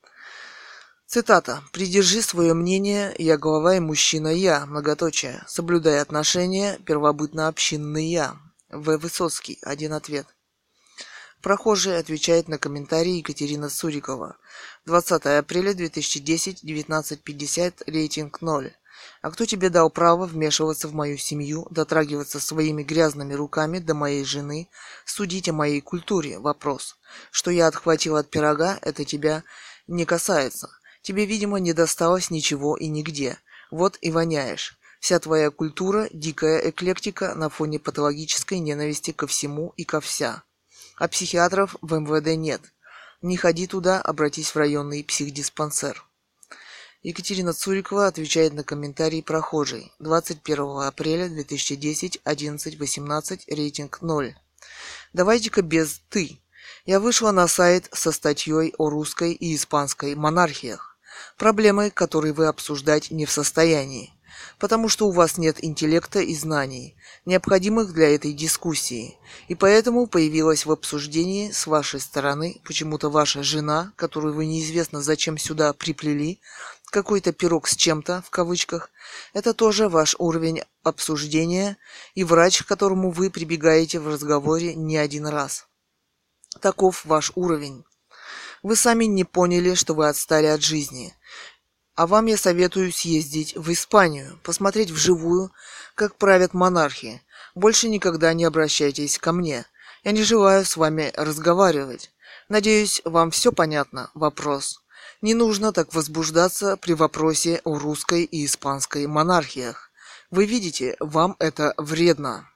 Цитата. «Придержи свое мнение, я глава и мужчина я, многоточие. Соблюдай отношения, первобытно-общинный я». В. Высоцкий. 1 ответ. Прохожий отвечает на комментарий Екатерина Цурикова. 20 апреля 2010, 19:50, рейтинг 0. А кто тебе дал право вмешиваться в мою семью, дотрагиваться своими грязными руками до моей жены, судить о моей культуре? Вопрос. Что я отхватил от пирога, это тебя не касается. Тебе, видимо, не досталось ничего и нигде. Вот и воняешь. Вся твоя культура – дикая эклектика на фоне патологической ненависти ко всему и ко вся. А психиатров в МВД нет. Не ходи туда, обратись в районный психдиспансер. Екатерина Цурикова отвечает на комментарий прохожей. 21 апреля 2010, 11:18, рейтинг 0. Давайте-ка без «ты». Я вышла на сайт со статьей о русской и испанской монархиях. Проблемы, которые вы обсуждать не в состоянии. Потому что у вас нет интеллекта и знаний, необходимых для этой дискуссии. И поэтому появилась в обсуждении с вашей стороны почему-то ваша жена, которую вы неизвестно зачем сюда приплели, какой-то пирог с чем-то, в кавычках. Это тоже ваш уровень обсуждения и врач, к которому вы прибегаете в разговоре не один раз. Таков ваш уровень. Вы сами не поняли, что вы отстали от жизни. А вам я советую съездить в Испанию, посмотреть вживую, как правят монархи. Больше никогда не обращайтесь ко мне. Я не желаю с вами разговаривать. Надеюсь, вам все понятно? Вопрос. Не нужно так возбуждаться при вопросе о русской и испанской монархиях. Вы видите, вам это вредно.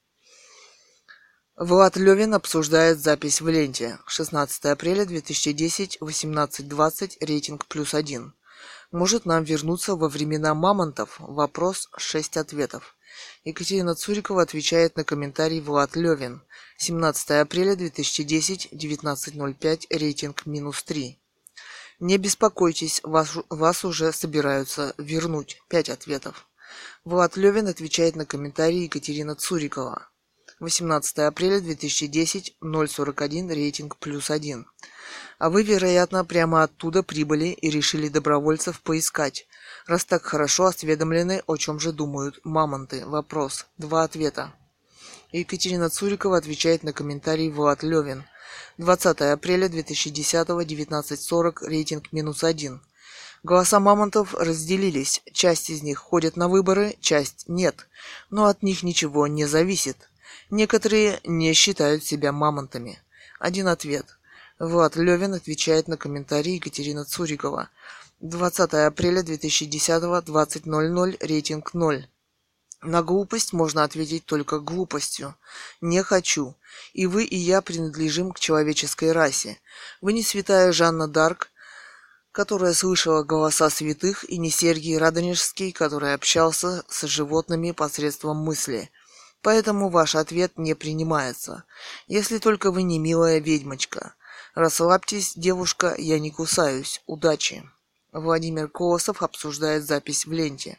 Влад Левин обсуждает запись в ленте. 16 апреля 2010, 18:20, рейтинг +1. Может нам вернуться во времена мамонтов? Вопрос, 6 ответов. Екатерина Цурикова отвечает на комментарий Влад Левин. 17 апреля 2010, 19:05, рейтинг -3. Не беспокойтесь, вас уже собираются вернуть. 5 ответов. Влад Левин отвечает на комментарий Екатерина Цурикова. 18 апреля 2010, 0:41, рейтинг +1. А вы, вероятно, прямо оттуда прибыли и решили добровольцев поискать, раз так хорошо осведомлены, о чем же думают мамонты. Вопрос. 2 ответа. Екатерина Цурикова отвечает на комментарий Влад Левин. 20 апреля 2010, 19:40, рейтинг -1. Голоса мамонтов разделились. Часть из них ходят на выборы, часть нет. Но от них ничего не зависит. Некоторые не считают себя мамонтами. 1 ответ. Влад Левин отвечает на комментарий Екатерина Цурикова. 20 апреля 2010, 20:00, рейтинг 0. На глупость можно ответить только глупостью. Не хочу. И вы, и я принадлежим к человеческой расе. Вы не святая Жанна Дарк, которая слышала голоса святых, и не Сергий Радонежский, который общался с животными посредством мысли. Поэтому ваш ответ не принимается. Если только вы не милая ведьмочка. Расслабьтесь, девушка, я не кусаюсь. Удачи. Владимир Колосов обсуждает запись в ленте.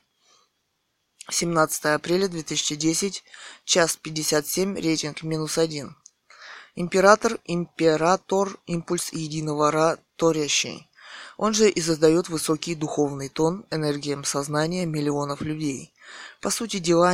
17 апреля 2010, 1:57, рейтинг -1. Император, импульс единого Ра, творящий. Он же и задает высокий духовный тон энергиям сознания миллионов людей. По сути дела,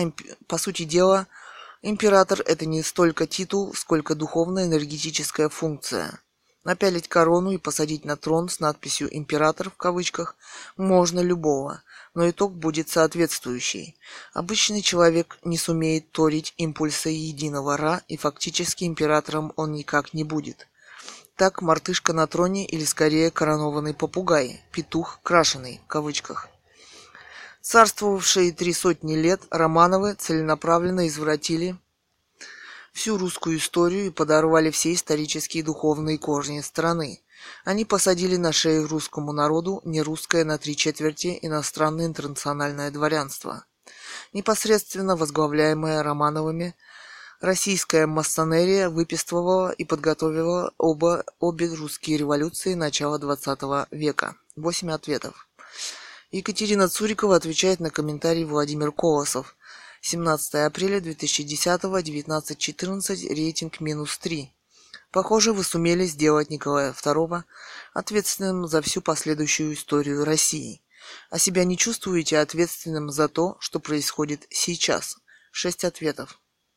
император – это не столько титул, сколько духовно-энергетическая функция. Напялить корону и посадить на трон с надписью «Император» в кавычках можно любого, но итог будет соответствующий. Обычный человек не сумеет торить импульсы единого Ра, и фактически императором он никак не будет. Так мартышка на троне или скорее коронованный попугай, петух крашеный в кавычках. Царствовавшие 300 лет Романовы целенаправленно извратили всю русскую историю и подорвали все исторические и духовные корни страны. Они посадили на шею русскому народу нерусское на 3/4 иностранное интернациональное дворянство. Непосредственно возглавляемое Романовыми, российская масонерия выписывала и подготовила обе русские революции начала XX века. 8 ответов. Екатерина Цурикова отвечает на комментарий Владимир Колосов. 17 апреля 2010, 19:14, рейтинг -3. Похоже, вы сумели сделать Николая II ответственным за всю последующую историю России. А себя не чувствуете ответственным за то, что происходит сейчас? 6 ответов.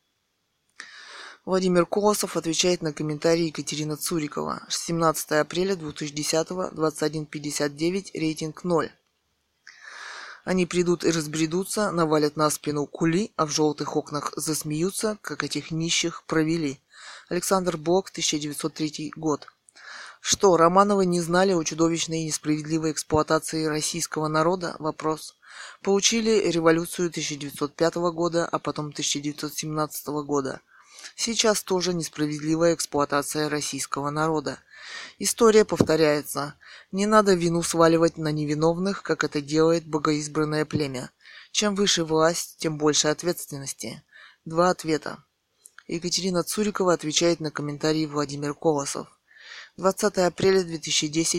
Владимир Колосов отвечает на комментарий Екатерина Цурикова. 17 апреля 2010, 21:59, рейтинг 0. Они придут и разбредутся, навалят на спину кули, а в желтых окнах засмеются, как этих нищих провели. Александр Блок, 1903 год. Что, Романовы не знали о чудовищной и несправедливой эксплуатации российского народа? Вопрос. Получили революцию 1905 года, а потом 1917 года. Сейчас тоже несправедливая эксплуатация российского народа. История повторяется. Не надо вину сваливать на невиновных, как это делает богоизбранное племя. Чем выше власть, тем больше ответственности. Два ответа. Екатерина Цурикова отвечает на комментарий Владимир Колосов. 20 апреля 2010,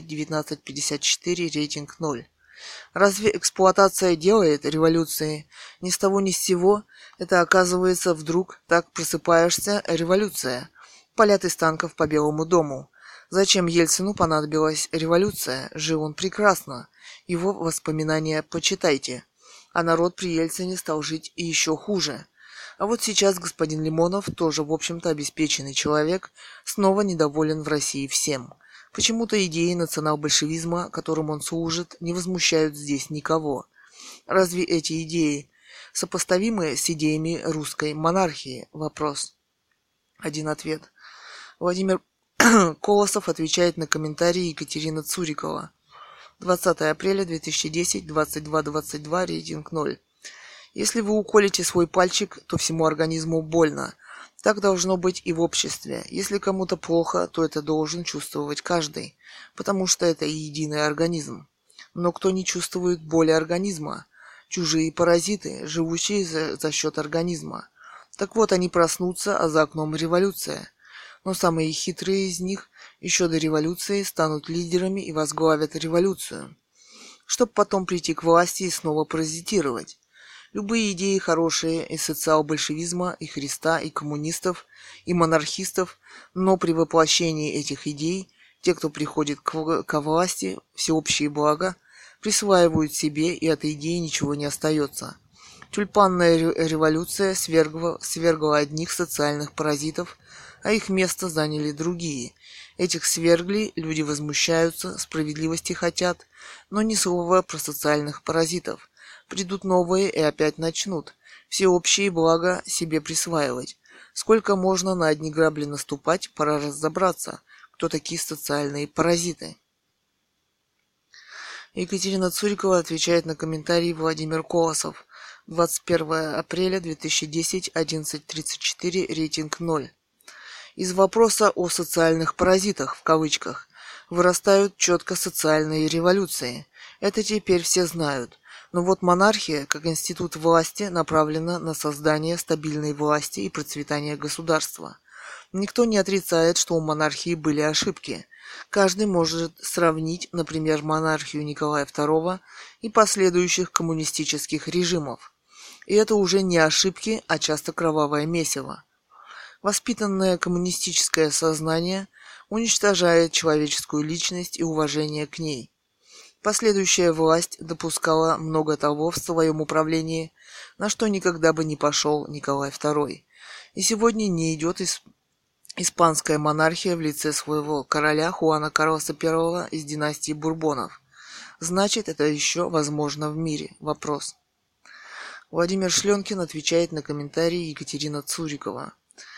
19:54, рейтинг 0. Разве эксплуатация делает революции? Ни с того ни с сего. Это оказывается вдруг так просыпаешься революция. Палят из танков по Белому дому. Зачем Ельцину понадобилась революция? Жил он прекрасно. Его воспоминания почитайте. А народ при Ельцине стал жить и еще хуже. А вот сейчас господин Лимонов, тоже в общем-то обеспеченный человек, снова недоволен в России всем. Почему-то идеи национал-большевизма, которым он служит, не возмущают здесь никого. Разве эти идеи сопоставимы с идеями русской монархии? Вопрос. Один ответ. Владимир Колосов отвечает на комментарии Екатерина Цурикова. 20 апреля 2010, 22:22, рейтинг 0. Если вы уколите свой пальчик, то всему организму больно. Так должно быть и в обществе. Если кому-то плохо, то это должен чувствовать каждый, потому что это и единый организм. Но кто не чувствует боли организма? Чужие паразиты, живущие за счет организма. Так вот, они проснутся, а за окном революция. Но самые хитрые из них еще до революции станут лидерами и возглавят революцию, чтобы потом прийти к власти и снова паразитировать. Любые идеи хорошие и социал-большевизма, и Христа, и коммунистов, и монархистов, но при воплощении этих идей те, кто приходит ко власти, всеобщие блага, присваивают себе, и от идеи ничего не остается. Тюльпанная революция свергла одних социальных паразитов, а их место заняли другие. Этих свергли, люди возмущаются, справедливости хотят, но ни слова про социальных паразитов. Придут новые и опять начнут всеобщие блага себе присваивать. Сколько можно на одни грабли наступать, пора разобраться, кто такие социальные паразиты. Екатерина Цурикова отвечает на комментарий Владимир Колосов. 21 апреля 2010, 11:34, рейтинг 0. Из вопроса о социальных паразитах, в кавычках, вырастают четко социальные революции. Это теперь все знают. Но вот монархия, как институт власти, направлена на создание стабильной власти и процветание государства. Никто не отрицает, что у монархии были ошибки. Каждый может сравнить, например, монархию Николая II и последующих коммунистических режимов. И это уже не ошибки, а часто кровавое месиво. Воспитанное коммунистическое сознание уничтожает человеческую личность и уважение к ней. Последующая власть допускала много того в своем управлении, на что никогда бы не пошел Николай II. И сегодня не идет испанская монархия в лице своего короля Хуана Карлоса I из династии Бурбонов. Значит, это еще возможно в мире. Вопрос. Владимир Шленкин отвечает на комментарии Екатерина Цурикова.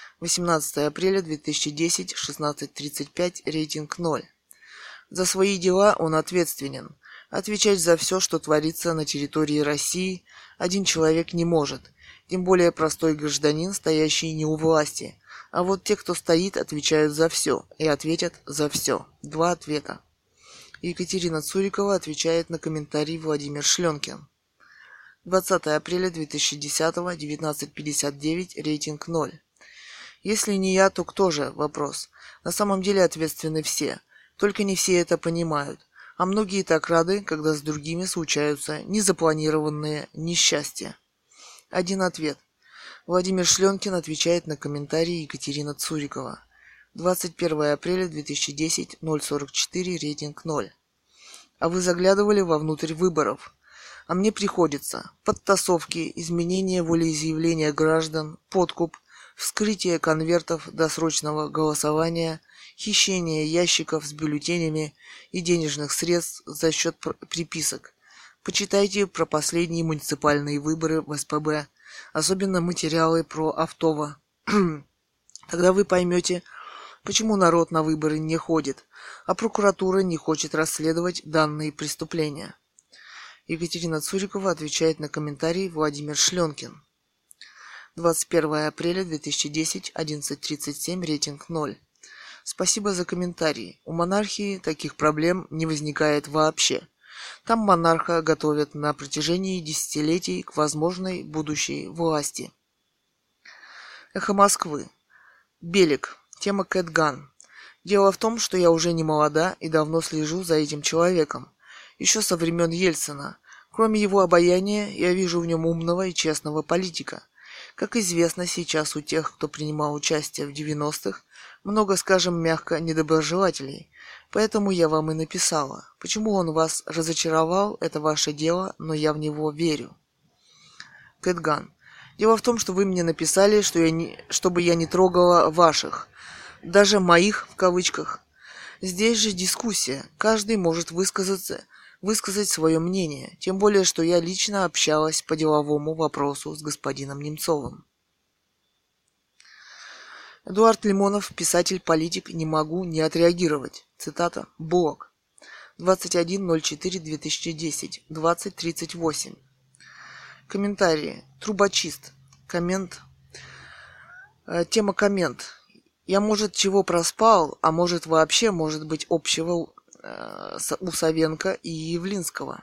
18 апреля 2010, 16:35, рейтинг 0. За свои дела он ответственен. Отвечать за все, что творится на территории России, один человек не может, тем более простой гражданин, стоящий не у власти. А вот те, кто стоит, отвечают за все и ответят за все. Два ответа. Екатерина Цурикова отвечает на комментарий Владимир Шленкин. 20 апреля 2010, 19:59, рейтинг 0. Если не я, то кто же? Вопрос. На самом деле ответственны все. Только не все это понимают. А многие так рады, когда с другими случаются незапланированные несчастья. Один ответ. Владимир Шленкин отвечает на комментарии Екатерина Цурикова. 21 апреля 2010, 0:44, рейтинг 0. А вы заглядывали вовнутрь выборов? А мне приходится. Подтасовки, изменение волеизъявления граждан, подкуп, вскрытие конвертов досрочного голосования, хищение ящиков с бюллетенями и денежных средств за счет приписок. Почитайте про последние муниципальные выборы в СПб, особенно материалы про Автово. Тогда вы поймете, почему народ на выборы не ходит, а прокуратура не хочет расследовать данные преступления. Екатерина Цурикова отвечает на комментарий Владимир Шленкин. 21 апреля 2010, 11:37, рейтинг 0. Спасибо за комментарий. У монархии таких проблем не возникает вообще. Там монарха готовят на протяжении десятилетий к возможной будущей власти. Эхо Москвы. Белик. Тема Кэтган. Дело в том, что я уже не молода и давно слежу за этим человеком. Еще со времен Ельцина. Кроме его обаяния, я вижу в нем умного и честного политика. Как известно, сейчас у тех, кто принимал участие в 90-х, много, скажем мягко, недоброжелателей. Поэтому я вам и написала. Почему он вас разочаровал, это ваше дело, но я в него верю. Кэтган. Дело в том, что вы мне написали, чтобы я не трогала ваших. Даже моих, в кавычках. Здесь же дискуссия. Каждый может высказать свое мнение. Тем более, что я лично общалась по деловому вопросу с господином Немцовым. Эдуард Лимонов, писатель-политик, не могу не отреагировать. Цитата. Блог. 21.04.2010. 20.38. Комментарии. Трубочист. Коммент. Тема коммент. Я, может, чего проспал, а может, вообще, может быть, общего у Савенко и Явлинского.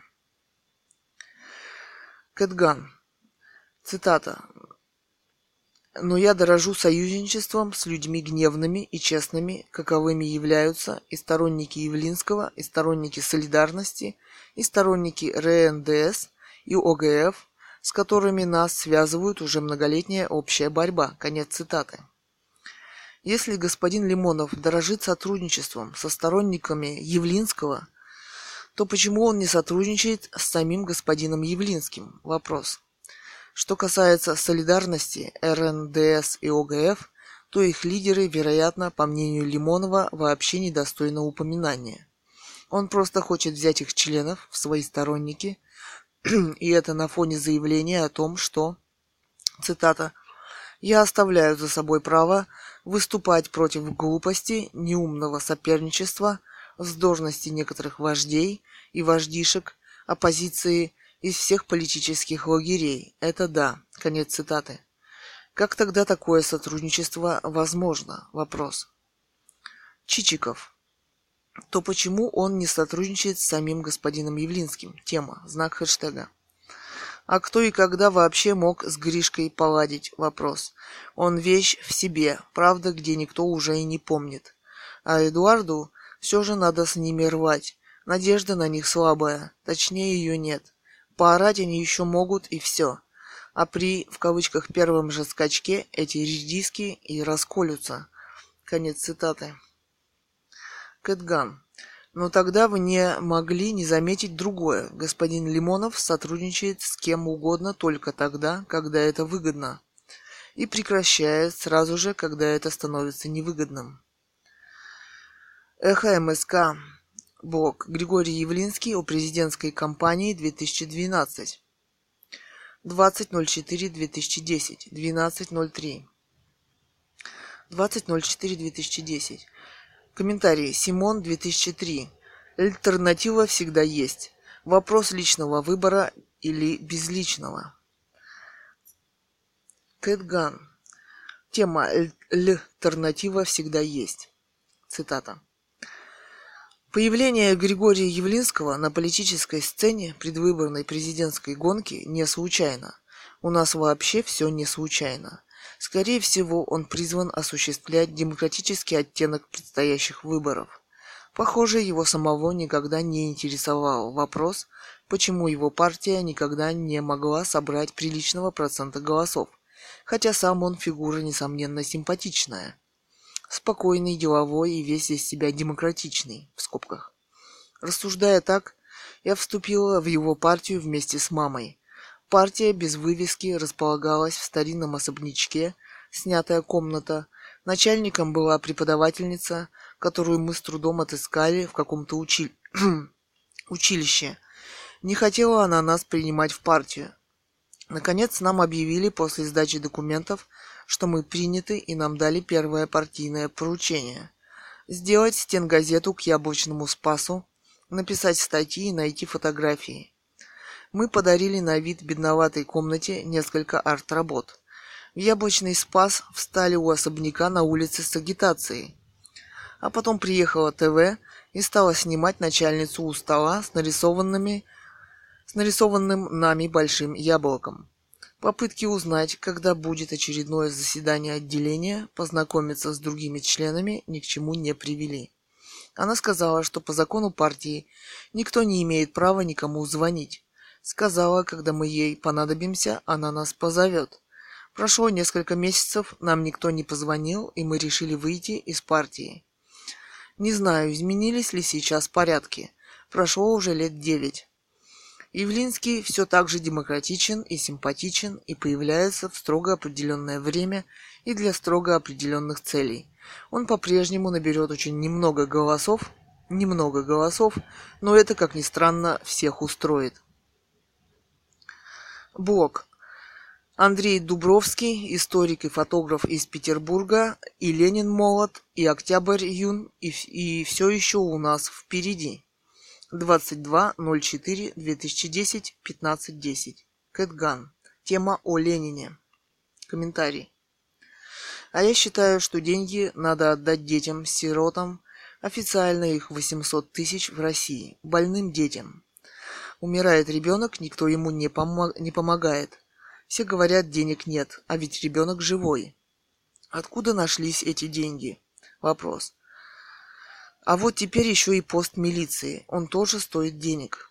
Кэтган. Цитата. Но я дорожу союзничеством с людьми гневными и честными, каковыми являются и сторонники Явлинского, и сторонники Солидарности, и сторонники РНДС и ОГФ, с которыми нас связывает уже многолетняя общая борьба. Конец цитаты. Если господин Лимонов дорожит сотрудничеством со сторонниками Явлинского, то почему он не сотрудничает с самим господином Явлинским? Вопрос. Что касается Солидарности, РНДС и ОГФ, то их лидеры, вероятно, по мнению Лимонова, вообще недостойны упоминания. Он просто хочет взять их членов в свои сторонники, и это на фоне заявления о том, что, цитата, «Я оставляю за собой право выступать против глупости, неумного соперничества, вздорности некоторых вождей и вождишек оппозиции из всех политических лагерей. Это да». Конец цитаты. Как тогда такое сотрудничество возможно? Вопрос. Чичиков. То почему он не сотрудничает с самим господином Явлинским? Тема. Знак хэштега. А кто и когда вообще мог с Гришкой поладить? Вопрос. Он вещь в себе, правда, где никто уже и не помнит. А Эдуарду все же надо с ними рвать. Надежда на них слабая, точнее ее нет. Поорать они еще могут и все. А при, в кавычках, первом же скачке эти редиски и расколются. Конец цитаты. Кэтган. Но тогда вы не могли не заметить другое. Господин Лимонов сотрудничает с кем угодно только тогда, когда это выгодно. И прекращает сразу же, когда это становится невыгодным. Эхо МСК. Блог. Григорий Явлинский о президентской кампании 2012. 20.04.2010. 12.03. 20.04.2010. Комментарий. Симон, 2003. Альтернатива всегда есть. Вопрос личного выбора или безличного. Кэтган. Тема «Альтернатива всегда есть». Цитата. Появление Григория Явлинского на политической сцене предвыборной президентской гонки не случайно. У нас вообще все не случайно. Скорее всего, он призван осуществлять демократический оттенок предстоящих выборов. Похоже, его самого никогда не интересовал вопрос, почему его партия никогда не могла собрать приличного процента голосов, хотя сам он фигура, несомненно, симпатичная. Спокойный, деловой и весь из себя демократичный, в скобках. Рассуждая так, я вступила в его партию вместе с мамой. Партия без вывески располагалась в старинном особнячке, снятая комната. Начальником была преподавательница, которую мы с трудом отыскали в каком-то училище. Не хотела она нас принимать в партию. Наконец нам объявили после сдачи документов, что мы приняты, и нам дали первое партийное поручение – сделать стенгазету к Яблочному Спасу, написать статьи и найти фотографии. Мы подарили на вид бедноватой комнате несколько арт-работ. В Яблочный Спас встали у особняка на улице с агитацией. А потом приехала ТВ и стала снимать начальницу у стола с нарисованным нами большим яблоком. Попытки узнать, когда будет очередное заседание отделения, познакомиться с другими членами ни к чему не привели. Она сказала, что по закону партии никто не имеет права никому звонить. Сказала, когда мы ей понадобимся, она нас позовет. Прошло несколько месяцев, нам никто не позвонил, и мы решили выйти из партии. Не знаю, изменились ли сейчас порядки. Прошло уже лет 9. Явлинский все так же демократичен и симпатичен и появляется в строго определенное время и для строго определенных целей. Он по-прежнему наберет очень немного голосов, но это, как ни странно, всех устроит. Блог. Андрей Дубровский, историк и фотограф из Петербурга, и Ленин молод, и Октябрь юн, и все еще у нас впереди. 22.04.2010, 15.10. Кэтган. Тема о Ленине. Комментарий. А я считаю, что деньги надо отдать детям-сиротам, официально их 800 тысяч в России, больным детям. Умирает ребенок, никто ему не помогает. Все говорят, денег нет, а ведь ребенок живой. Откуда нашлись эти деньги? Вопрос. А вот теперь еще и пост милиции. Он тоже стоит денег.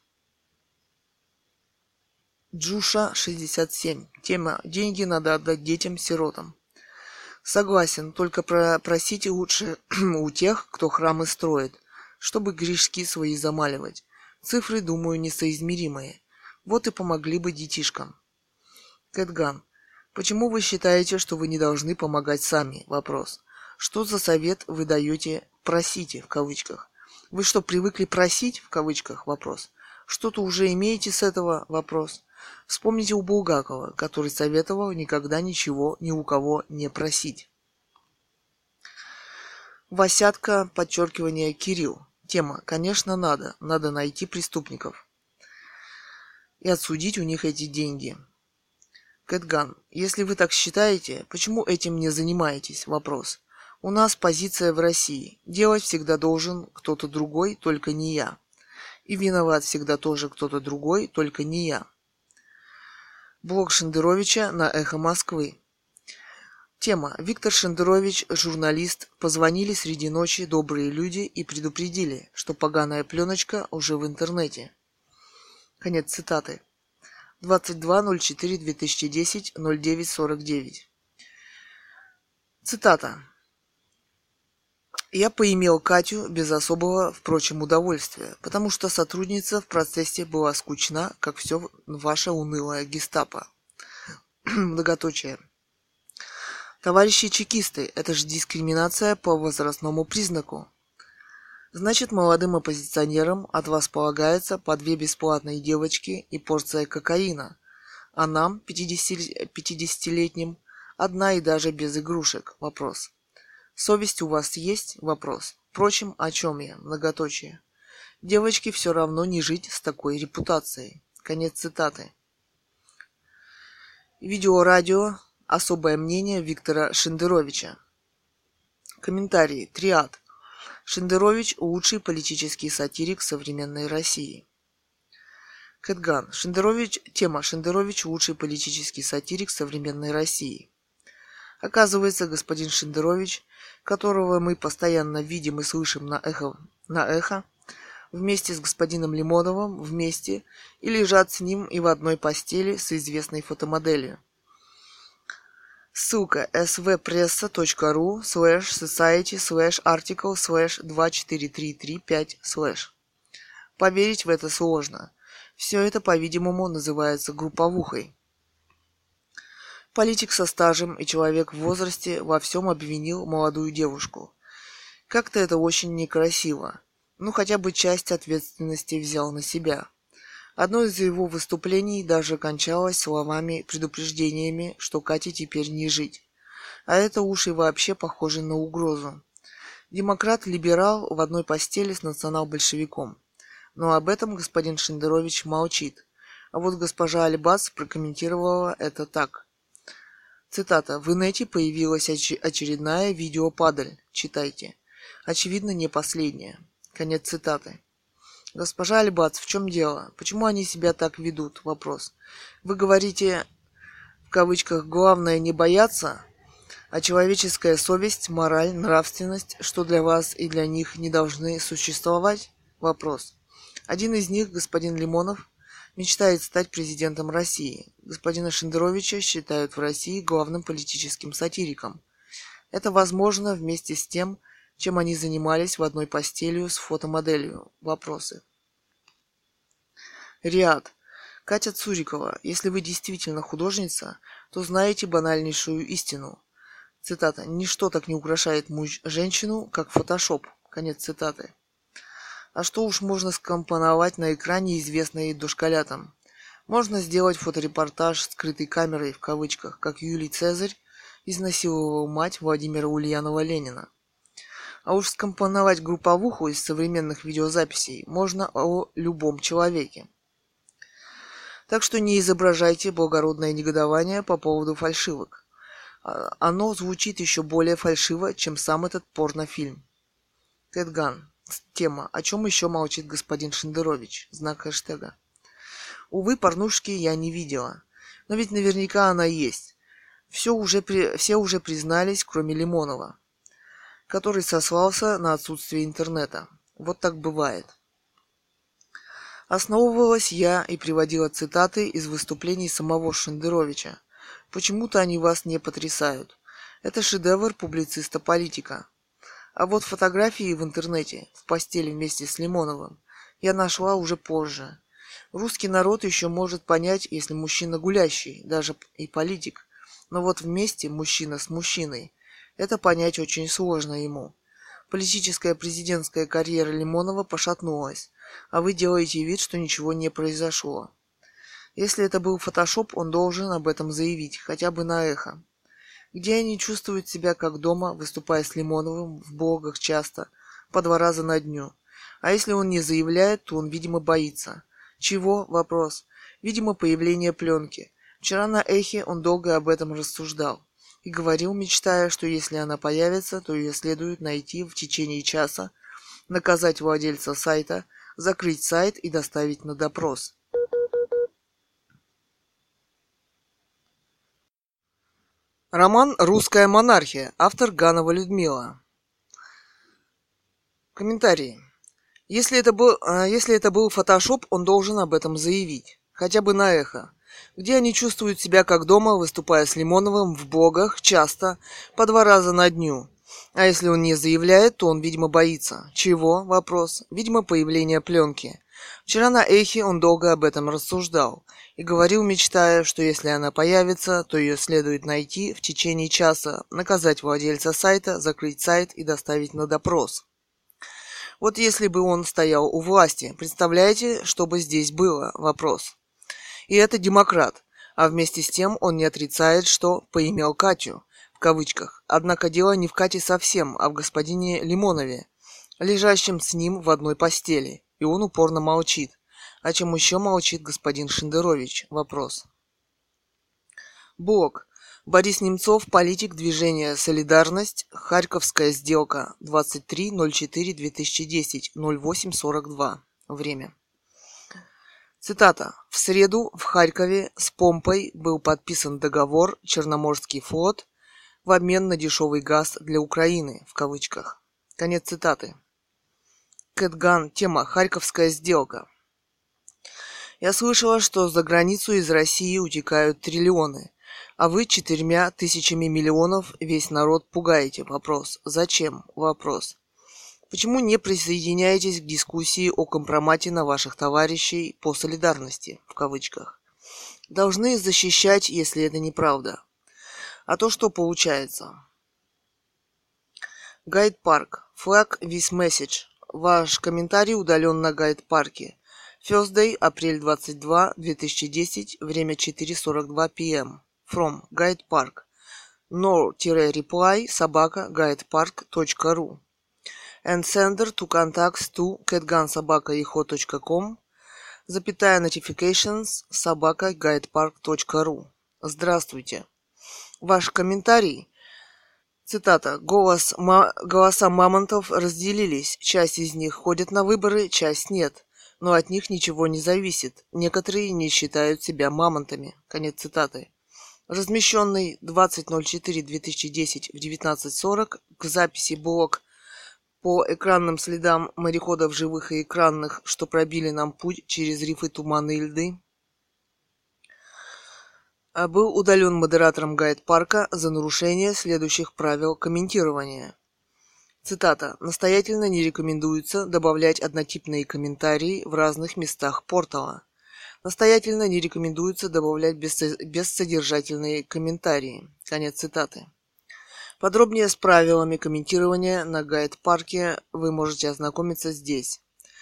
Джуша 67. Тема «Деньги надо отдать детям-сиротам». Согласен, только просите лучше у тех, кто храмы строит, чтобы грешки свои замаливать. Цифры, думаю, несоизмеримые. Вот и помогли бы детишкам. Кэтган. Почему вы считаете, что вы не должны помогать сами? Вопрос. Что за совет вы даете «просите» в кавычках? Вы что, привыкли просить в кавычках? Вопрос. Что-то уже имеете с этого? Вопрос. Вспомните у Булгакова, который советовал никогда ничего ни у кого не просить. Васятка, подчеркивание, Кирилл. Тема. Конечно, надо. Надо найти преступников и отсудить у них эти деньги. Кэтган. Если вы так считаете, почему этим не занимаетесь? Вопрос. У нас позиция в России. Делать всегда должен кто-то другой, только не я. И виноват всегда тоже кто-то другой, только не я. Блог Шендеровича на Эхо Москвы. Тема. Виктор Шендерович, журналист. Позвонили среди ночи добрые люди и предупредили, что поганая пленочка уже в интернете. Конец цитаты. 22.04.2010, 09.49. Цитата. Я поимел Катю без особого, впрочем, удовольствия, потому что сотрудница в процессе была скучна, как все ваше унылое гестапо. Многоточие. Товарищи чекисты, это же дискриминация по возрастному признаку. Значит, молодым оппозиционерам от вас полагается по 2 бесплатные девочки и порция кокаина, а нам, 50-летним, одна и даже без игрушек. Вопрос. Совесть у вас есть? Вопрос. Впрочем, о чем я? Многоточие. Девочке все равно не жить с такой репутацией. Конец цитаты. Видео-радио. Особое мнение Виктора Шендеровича. Комментарии. Триад. Шендерович – лучший политический сатирик современной России. Кэтган. Тема Шендерович – лучший политический сатирик современной России. Оказывается, господин Шендерович, которого мы постоянно видим и слышим на эхо, вместе с господином Лимоновым, вместе, и лежат с ним и в одной постели с известной фотомоделью. Ссылка svpressa.ru/society/article/24335/. Поверить в это сложно. Все это, по-видимому, называется групповухой. Политик со стажем и человек в возрасте во всем обвинил молодую девушку. Как-то это очень некрасиво. Ну, хотя бы часть ответственности взял на себя. Одно из его выступлений даже кончалось словами-предупреждениями, что Кате теперь не жить. А это уж и вообще похоже на угрозу. Демократ-либерал в одной постели с национал-большевиком. Но об этом господин Шендерович молчит. А вот госпожа Альбац прокомментировала это так. Цитата. В инете появилась очередная видеопадаль. Читайте. Очевидно, не последняя. Конец цитаты. Госпожа Альбац, в чем дело? Почему они себя так ведут? Вопрос. Вы говорите, в кавычках, главное не бояться, а человеческая совесть, мораль, нравственность, что для вас и для них не должны существовать? Вопрос. Один из них, господин Лимонов, мечтает стать президентом России. Господина Шендеровича считают в России главным политическим сатириком. Это возможно вместе с тем, чем они занимались в одной постели с фотомоделью. Вопросы. Риад. Катя Цурикова, если вы действительно художница, то знаете банальнейшую истину. Цитата. Ничто так не украшает женщину, как фотошоп. Конец цитаты. А что уж можно скомпоновать на экране, известной дошколятам? Можно сделать фоторепортаж скрытой камерой, в кавычках, как Юлий Цезарь изнасиловал мать Владимира Ульянова-Ленина. А уж скомпоновать групповуху из современных видеозаписей можно о любом человеке. Так что не изображайте благородное негодование по поводу фальшивок. Оно звучит еще более фальшиво, чем сам этот порнофильм. Кэтган. Тема. О чем еще молчит господин Шендерович? Знак хэштега. Увы, порнушки я не видела. Но ведь наверняка она есть. Все уже признались, кроме Лимонова, который сослался на отсутствие интернета. Вот так бывает. Основывалась я и приводила цитаты из выступлений самого Шендеровича. Почему-то они вас не потрясают. Это шедевр публициста-политика. А вот фотографии в интернете, в постели вместе с Лимоновым, я нашла уже позже. Русский народ еще может понять, если мужчина гулящий, даже и политик. Но вот вместе мужчина с мужчиной, это понять очень сложно ему. Политическая президентская карьера Лимонова пошатнулась, а вы делаете вид, что ничего не произошло. Если это был фотошоп, он должен об этом заявить, хотя бы на эхо. Где они чувствуют себя как дома, выступая с Лимоновым в блогах часто, по 2 раза на дню. А если он не заявляет, то он, видимо, боится. Чего? Вопрос. Видимо, появление пленки. Вчера на эхе он долго об этом рассуждал. И говорил, мечтая, что если она появится, то ее следует найти в течение часа, наказать владельца сайта, закрыть сайт и доставить на допрос. Роман «Русская монархия». Автор Ганова Людмила. Комментарии. Если это был фотошоп, он должен об этом заявить. Хотя бы на эхо. Где они чувствуют себя как дома, выступая с Лимоновым в блогах, часто, по 2 раза на дню. А если он не заявляет, то он, видимо, боится. Чего? Вопрос. Видимо, появление пленки. Вчера на эхе он долго об этом рассуждал. И говорил, мечтая, что если она появится, то ее следует найти в течение часа, наказать владельца сайта, закрыть сайт и доставить на допрос. Вот если бы он стоял у власти, представляете, что бы здесь было? Вопрос. И это демократ, а вместе с тем он не отрицает, что «поимел Катю», в кавычках. Однако дело не в Кате совсем, а в господине Лимонове, лежащем с ним в одной постели, и он упорно молчит. О чем еще молчит господин Шендерович? Вопрос. Блог. Борис Немцов, политик движения «Солидарность», Харьковская сделка, 23.04.2010, 08.42. Время. Цитата. В среду в Харькове с помпой был подписан договор «Черноморский флот» в обмен на дешевый газ для Украины, в кавычках. Конец цитаты. Кэтган. Тема «Харьковская сделка». Я слышала, что за границу из России утекают триллионы, а вы 4 тысячами миллионов весь народ пугаете. Вопрос. Зачем? Вопрос. Почему не присоединяетесь к дискуссии о компромате на ваших товарищей по солидарности, в кавычках? Должны защищать, если это неправда. А то что получается? Гайд-парк. Flag with message. Ваш комментарий удален на гайд-парке. Thursday, апрель 22, 2010, время 4:42 p.m. From Guide Park. No-reply @guidepark.ru and sender to contacts to catgunsobaka.eho.com notifications @guidepark.ru. Здравствуйте. Ваш комментарий. Цитата. Голоса мамонтов разделились. Часть из них ходит на выборы, часть нет. Но от них ничего не зависит. Некоторые не считают себя мамонтами. Конец цитаты. Размещенный 20.04.2010 в 19:40 к записи блог по экранным следам мореходов живых и экранных, что пробили нам путь через рифы, туманы и льды, был удален модератором гайд-парка за нарушение следующих правил комментирования. Цитата. Настоятельно не рекомендуется добавлять однотипные комментарии в разных местах портала. Настоятельно не рекомендуется добавлять бессодержательные комментарии. Конец цитаты. Подробнее с правилами комментирования на гайд-парке вы можете ознакомиться здесь.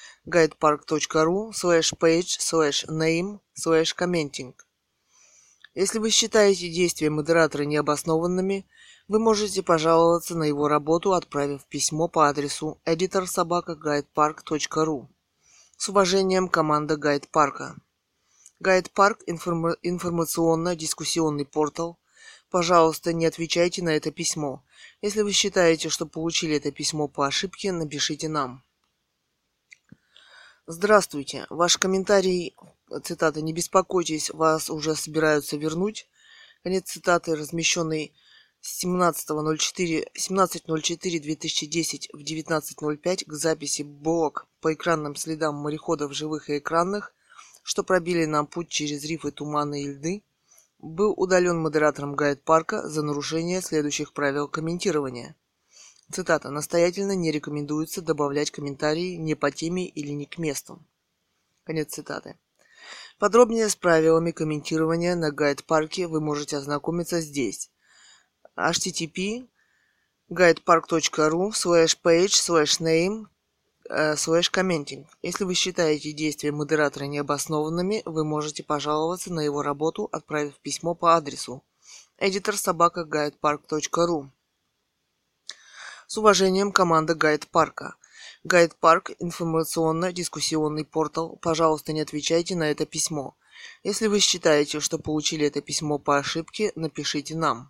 guidepark.ru/page/name/commenting. Если вы считаете действия модератора необоснованными, вы можете пожаловаться на его работу, отправив письмо по адресу editor@guidepark.ru. С уважением, команда гайд-парка. Гайд-парк – информационно-дискуссионный портал. Пожалуйста, не отвечайте на это письмо. Если вы считаете, что получили это письмо по ошибке, напишите нам. Здравствуйте. Ваш комментарий, цитата, «Не беспокойтесь, вас уже собираются вернуть». Конец цитаты, размещенный 17.04.2010 в 19:05 к записи блог по экранным следам мореходов живых и экранных, что пробили нам путь через рифы, туманы и льды, был удален модератором гайд-парка за нарушение следующих правил комментирования. Цитата. Настоятельно не рекомендуется добавлять комментарии не по теме или не к месту. Конец цитаты. Подробнее с правилами комментирования на гайд-парке вы можете ознакомиться здесь. http://guidepark.ru/page/name/commenting. Если вы считаете действия модератора необоснованными, вы можете пожаловаться на его работу, отправив письмо по адресу editor@guidepark.ru. С уважением, команда гайд-парка. Гайд-парк – информационно-дискуссионный портал. Пожалуйста, не отвечайте на это письмо. Если вы считаете, что получили это письмо по ошибке, напишите нам.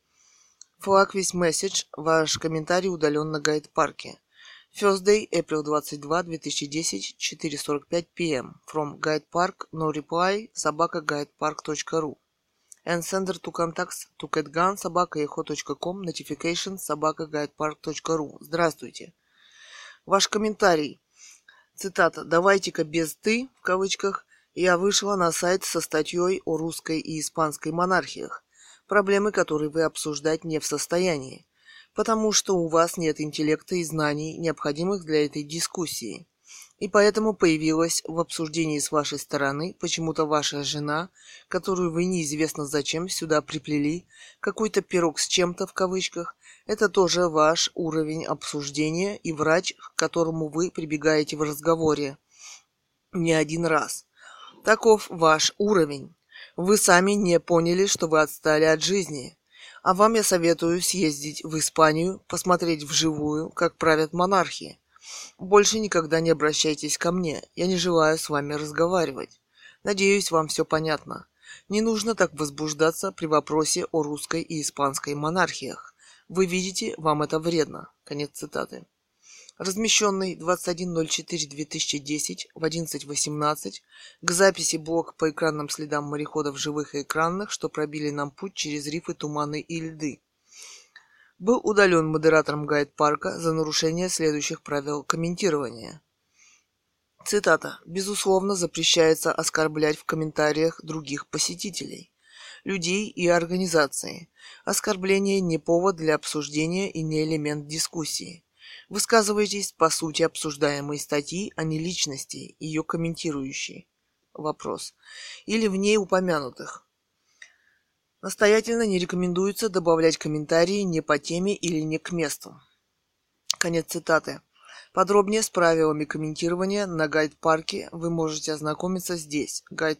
Flag with message. Ваш комментарий удален на гайд-парке. Thursday, April 22, 2010, 4:45 p.m. From Guide Park, no reply, @guidepark.ru and sender to contacts to catgun@eho.com notifications @guidepark.ru. Здравствуйте. Ваш комментарий. Цитата. «Давайте-ка без «ты», в кавычках, я вышла на сайт со статьей о русской и испанской монархиях, проблемы которые вы обсуждать не в состоянии, потому что у вас нет интеллекта и знаний, необходимых для этой дискуссии. И поэтому появилась в обсуждении с вашей стороны почему-то ваша жена, которую вы неизвестно зачем сюда приплели, какой-то пирог с чем-то в кавычках. Это тоже ваш уровень обсуждения и врач, к которому вы прибегаете в разговоре не один раз. Таков ваш уровень. Вы сами не поняли, что вы отстали от жизни. А вам я советую съездить в Испанию, посмотреть вживую, как правят монархи. Больше никогда не обращайтесь ко мне. Я не желаю с вами разговаривать. Надеюсь, вам все понятно. Не нужно так возбуждаться при вопросе о русской и испанской монархиях. Вы видите, вам это вредно». Конец цитаты. Размещенный 21.04.2010 в 11:18 к записи блог по экранным следам мореходов живых и экранных, что пробили нам путь через рифы, туманы и льды, был удален модератором гайд-парка за нарушение следующих правил комментирования. Цитата. «Безусловно, запрещается оскорблять в комментариях других посетителей, людей и организации. Оскорбление не повод для обсуждения и не элемент дискуссии. Высказывайтесь по сути обсуждаемой статьи, а не личности, ее комментирующей. Вопрос. Или в ней упомянутых. Настоятельно не рекомендуется добавлять комментарии не по теме или не к месту». Конец цитаты. Подробнее с правилами комментирования на гайд-парке вы можете ознакомиться здесь.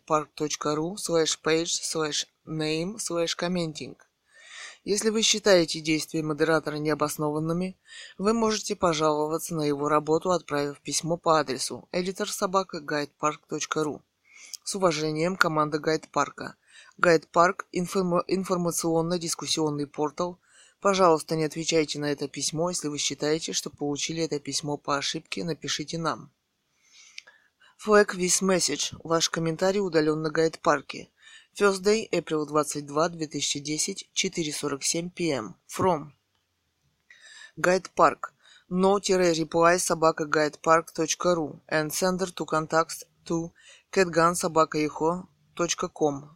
guidepark.ru/page/name/commenting. Если вы считаете действия модератора необоснованными, вы можете пожаловаться на его работу, отправив письмо по адресу editor@guidepark.ru. С уважением, команда Гайд-парка. Гайд-парк – информационно-дискуссионный портал. Пожалуйста, не отвечайте на это письмо. Если вы считаете, что получили это письмо по ошибке, напишите нам. Flag this message. Ваш комментарий удален на Гайд-парке. Thursday, April 22, 2010, 4:47 p.m. From Гайд-парк. no-reply@guidepark.ru and sender to contacts to catgun@yahoo.com.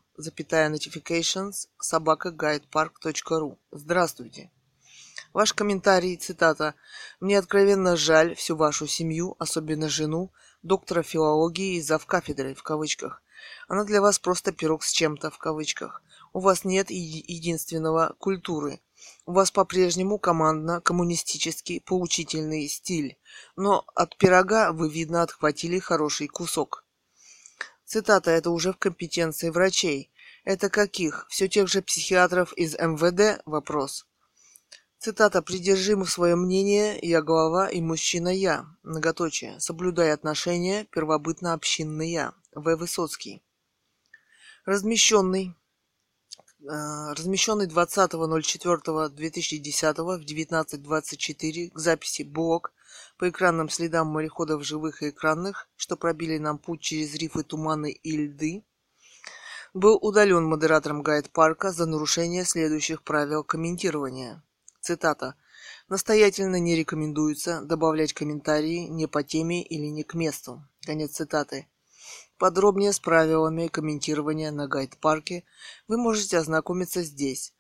notifications@guidepark.ru. Здравствуйте. Ваш комментарий, цитата: «Мне откровенно жаль всю вашу семью, особенно жену, доктора филологии и завкафедрой, в кавычках. Она для вас просто пирог с чем-то, в кавычках. У вас нет единственного культуры. У вас по-прежнему командно-коммунистический поучительный стиль. Но от пирога вы, видно, отхватили хороший кусок». Цитата: «Это уже в компетенции врачей». Это каких? Все тех же психиатров из МВД? Вопрос. Цитата: «Придержим свое мнение, я глава и мужчина я». Многоточие. «Соблюдай отношения, первобытно-общинные». В. Высоцкий. Размещенный 20.04.2010 в 19:24 к записи блог по экранным следам мореходов живых и экранных, что пробили нам путь через рифы, туманы и льды, был удален модератором Гайд-парка за нарушение следующих правил комментирования. Цитата: «Настоятельно не рекомендуется добавлять комментарии не по теме или не к месту». Конец цитаты. Подробнее с правилами комментирования на Гайд-парке вы можете ознакомиться здесь.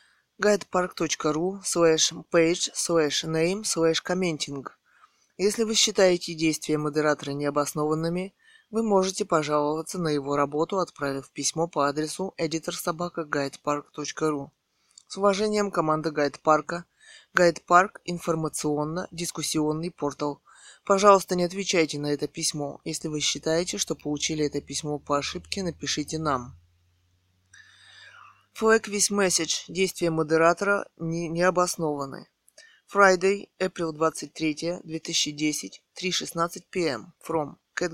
guidepark.ru/page/name/commenting. Если вы считаете действия модератора необоснованными, вы можете пожаловаться на его работу, отправив письмо по адресу editor@guidepark.ru. С уважением, команда Гайд-парка. Гайд-парк – информационно-дискуссионный портал. Пожалуйста, не отвечайте на это письмо. Если вы считаете, что получили это письмо по ошибке, напишите нам. Flag this message. Действия модератора не обоснованы. Friday, April 23, 2010, 3:16 p.m. From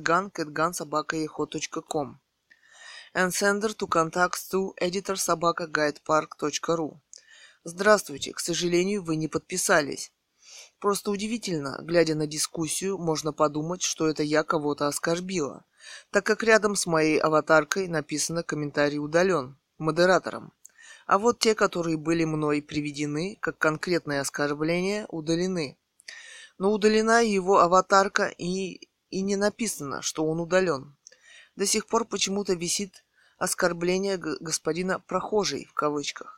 catgun@yahoo.com and sender to contacts to editor@guidepark.ru. Здравствуйте, к сожалению, вы не подписались. Просто удивительно, глядя на дискуссию, можно подумать, что это я кого-то оскорбила, так как рядом с моей аватаркой написано «Комментарий удален» модератором. А вот те, которые были мной приведены как конкретное оскорбление, удалены. Но удалена его аватарка и не написано, что он удален. До сих пор почему-то висит оскорбление господина «Прохожий» в кавычках.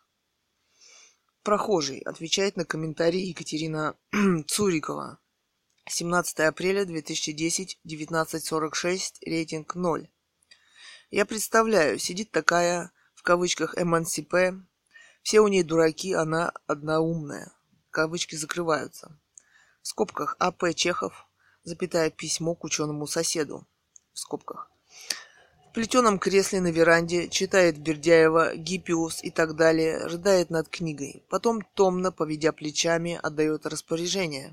Прохожий отвечает на комментарий Екатерина Цурикова. 17 апреля 2010, 19:46, рейтинг 0. Я представляю, сидит такая, в кавычках, эмансипе, все у ней дураки, она одна умная. Кавычки закрываются. В скобках А.П. Чехов, запятая, письмо к ученому соседу. В скобках. В плетеном кресле на веранде читает Бердяева, Гиппиус и так далее, рыдает над книгой. Потом, томно, поведя плечами, отдает распоряжение.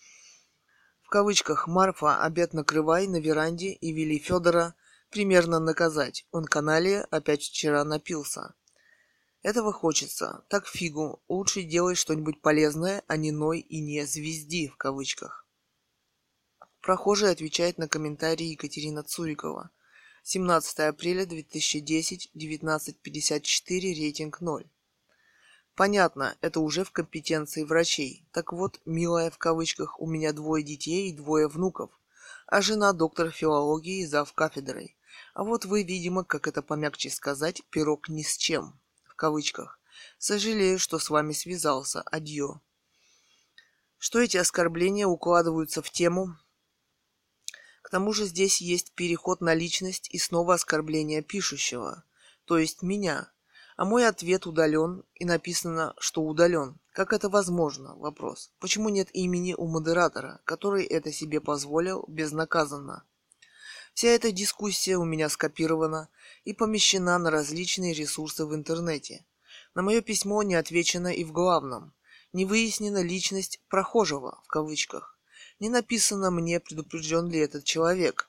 В кавычках «Марфа, обед накрывай на веранде и вели Федора примерно наказать. Он каналья, опять вчера напился». Этого хочется. Так фигу. Лучше делай что-нибудь полезное, а не ной и не звезди в кавычках. Прохожий отвечает на комментарий Екатерина Цурикова. 17 апреля 2010, 19:54, рейтинг 0. Понятно, это уже в компетенции врачей. Так вот, милая в кавычках, у меня 2 детей и 2 внуков, а жена доктор филологии и завкафедрой. А вот вы, видимо, как это помягче сказать, пирог ни с чем, в кавычках. Сожалею, что с вами связался. Адьё. Что эти оскорбления укладываются в тему? К тому же здесь есть переход на личность и снова оскорбление пишущего, то есть меня. А мой ответ удален, и написано, что удален. Как это возможно? Вопрос. Почему нет имени у модератора, который это себе позволил безнаказанно? Вся эта дискуссия у меня скопирована и помещена на различные ресурсы в интернете. На мое письмо не отвечено и в главном. Не выяснена личность «прохожего» в кавычках. Не написано мне, предупрежден ли этот человек.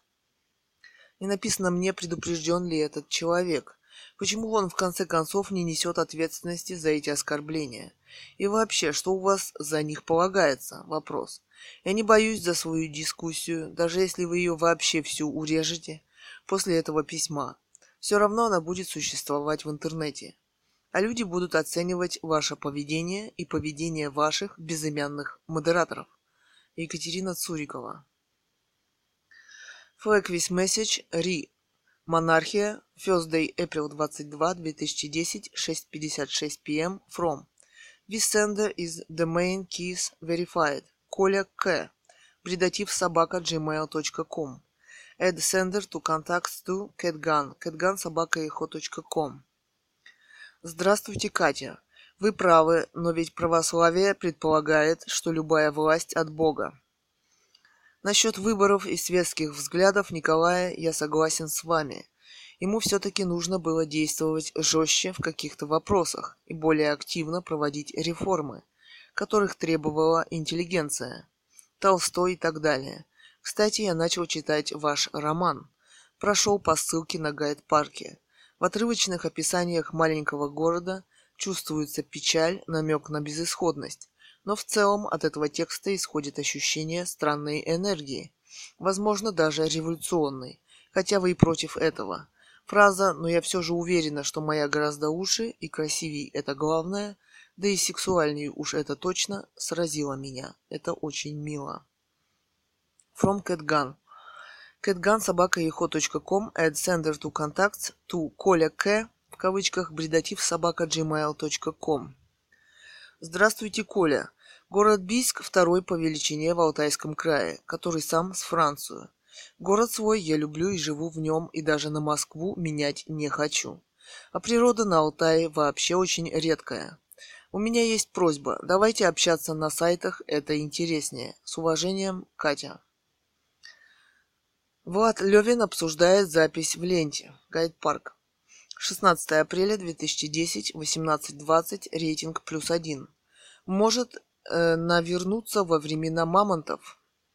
Почему он в конце концов не несет ответственности за эти оскорбления? И вообще, что у вас за них полагается? Вопрос. Я не боюсь за свою дискуссию, даже если вы ее вообще всю урежете после этого письма. Все равно она будет существовать в интернете. А люди будут оценивать ваше поведение и поведение ваших безымянных модераторов. Екатерина Цурикова. Flag with message re. Монархия. Thursday, April 22, 2010, 6:56 p.m. From. This sender is domain keys verified. Коля К. Бредатив@gmail.com. Add sender to contacts to catgun. catgun@echo.com. Здравствуйте, Катя. Вы правы, но ведь православие предполагает, что любая власть от Бога. Насчет выборов и светских взглядов Николая я согласен с вами. Ему все-таки нужно было действовать жестче в каких-то вопросах и более активно проводить реформы, которых требовала интеллигенция, Толстой и так далее. Кстати, я начал читать ваш роман. Прошел по ссылке на гайд-парке. В отрывочных описаниях маленького города чувствуется печаль, намек на безысходность. Но в целом от этого текста исходит ощущение странной энергии, возможно, даже революционной, хотя вы и против этого. Фраза «но я все же уверена, что моя гораздо лучше и красивей это главное, да и сексуальней уж это точно» сразила меня. Это очень мило. From Catgun. catgun@echo.com. Add sender to contacts to Коля К. в кавычках бредатив@gmail.com. Здравствуйте, Коля. Город Бийск второй по величине в Алтайском крае, который сам с Францию. Город свой я люблю и живу в нем, и даже на Москву менять не хочу. А природа на Алтае вообще очень редкая. У меня есть просьба, давайте общаться на сайтах, это интереснее. С уважением, Катя. Влад Левин обсуждает запись в ленте. Гайд-парк. 16 апреля 2010, 18:20, рейтинг +1. Может навернуться во времена мамонтов?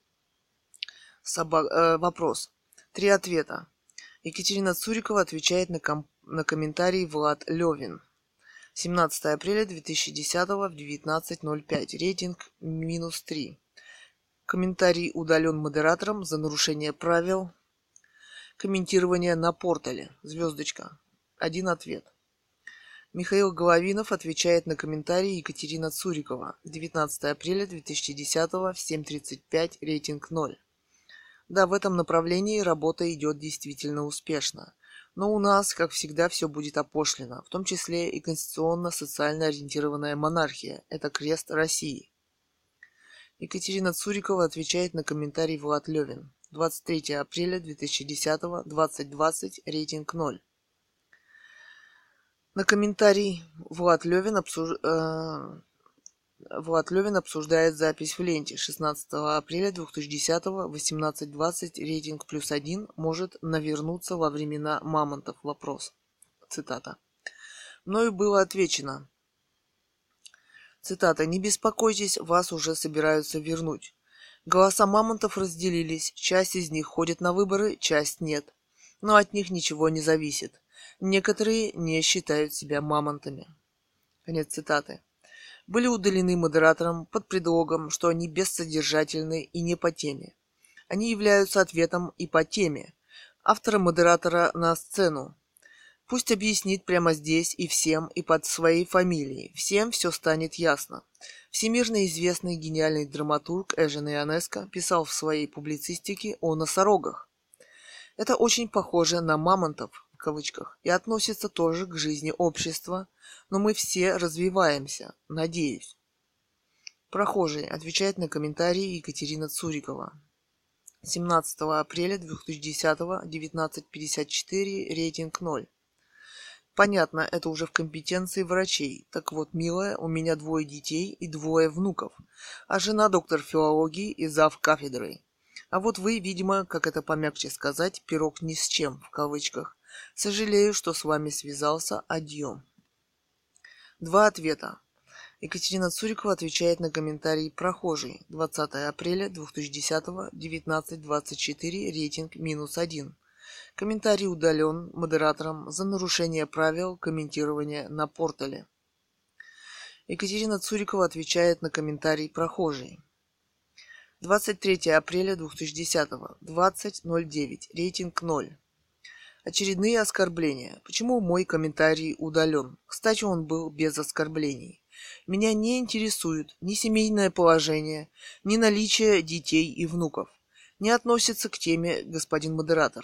Вопрос. 3 ответа. Екатерина Цурикова отвечает на комментарий Влад Левин. 17 апреля 2010 в 19:05, рейтинг -3. Комментарий удален модератором за нарушение правил комментирования на портале. Звездочка. 1 ответ. Михаил Головинов отвечает на комментарий Екатерина Цурикова. 19 апреля 2010 в 7:35, рейтинг 0. Да, в этом направлении работа идет действительно успешно. Но у нас, как всегда, все будет опошлено, в том числе и конституционно-социально ориентированная монархия. Это крест России. Екатерина Цурикова отвечает на комментарий Влад Левин. 23 апреля 2010, 20:20, рейтинг 0. На комментарий Влад Левин обсуждает запись в ленте. 16 апреля 2010, 18:20, рейтинг +1, может навернуться во времена мамонтов. Вопрос. Цитата. Мною было отвечено. Цитата. «Не беспокойтесь, вас уже собираются вернуть. Голоса мамонтов разделились, часть из них ходит на выборы, часть нет. Но от них ничего не зависит. Некоторые не считают себя мамонтами». Конец цитаты. Были удалены модератором под предлогом, что они бессодержательны и не по теме. Они являются ответом и по теме. Автора модератора на сцену. Пусть объяснит прямо здесь и всем, и под своей фамилией. Всем все станет ясно. Всемирно известный гениальный драматург Эжен Ионеско писал в своей публицистике о носорогах. Это очень похоже на мамонтов, в кавычках, и относится тоже к жизни общества, но мы все развиваемся, надеюсь. Прохожий отвечает на комментарии Екатерина Цурикова. 17 апреля 2010, 19:54, рейтинг 0. Понятно, это уже в компетенции врачей. Так вот, милая, у меня 2 детей и 2 внуков, а жена доктор филологии и зав. Кафедрой. А вот вы, видимо, как это помягче сказать, пирог ни с чем, в кавычках. Сожалею, что с вами связался. Адьё. 2 ответа. Екатерина Цурикова отвечает на комментарий прохожий. 20 апреля 2010, 19:24, рейтинг -1. Комментарий удален модератором за нарушение правил комментирования на портале. Екатерина Цурикова отвечает на комментарий прохожий. 23 апреля 2010, 20:09, рейтинг 0. Очередные оскорбления. Почему мой комментарий удален? Кстати, он был без оскорблений. Меня не интересует ни семейное положение, ни наличие детей и внуков. Не относится к теме господин модератор.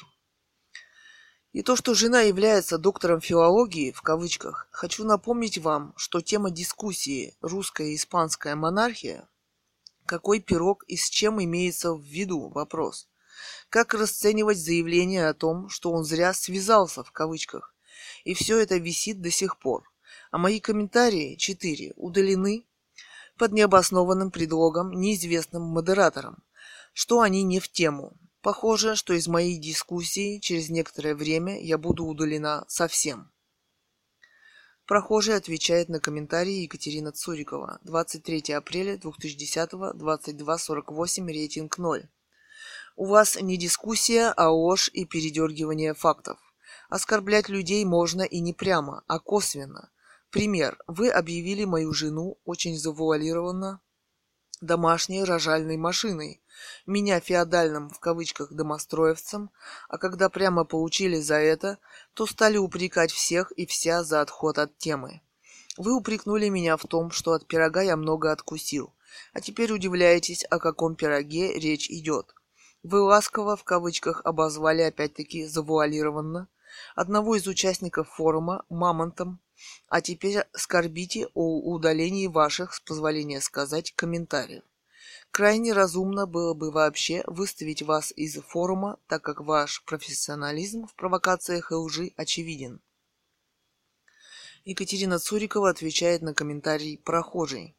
И то, что жена является доктором филологии, в кавычках, хочу напомнить вам, что тема дискуссии «Русская и испанская монархия», какой пирог и с чем имеется в виду вопрос. Как расценивать заявление о том, что он зря связался, в кавычках, и все это висит до сих пор. А мои комментарии, 4, удалены под необоснованным предлогом неизвестным модератором, что они не в тему. Похоже, что из моей дискуссии через некоторое время я буду удалена совсем. Прохожий отвечает на комментарии Екатерина Цурикова. 23 апреля 2010, 22:48, рейтинг 0. У вас не дискуссия, а ложь и передергивание фактов. Оскорблять людей можно и не прямо, а косвенно. Пример. Вы объявили мою жену очень завуалированно домашней рожальной машиной, меня феодальным в кавычках домостроевцем, а когда прямо получили за это, то стали упрекать всех и вся за отход от темы. Вы упрекнули меня в том, что от пирога я много откусил, а теперь удивляетесь, о каком пироге речь идет. Вы ласково в кавычках обозвали опять-таки завуалированно одного из участников форума мамонтом, а теперь скорбите о удалении ваших, с позволения сказать, комментариев. Крайне разумно было бы вообще выставить вас из форума, так как ваш профессионализм в провокациях и лжи очевиден. Екатерина Цурикова отвечает на комментарий прохожий.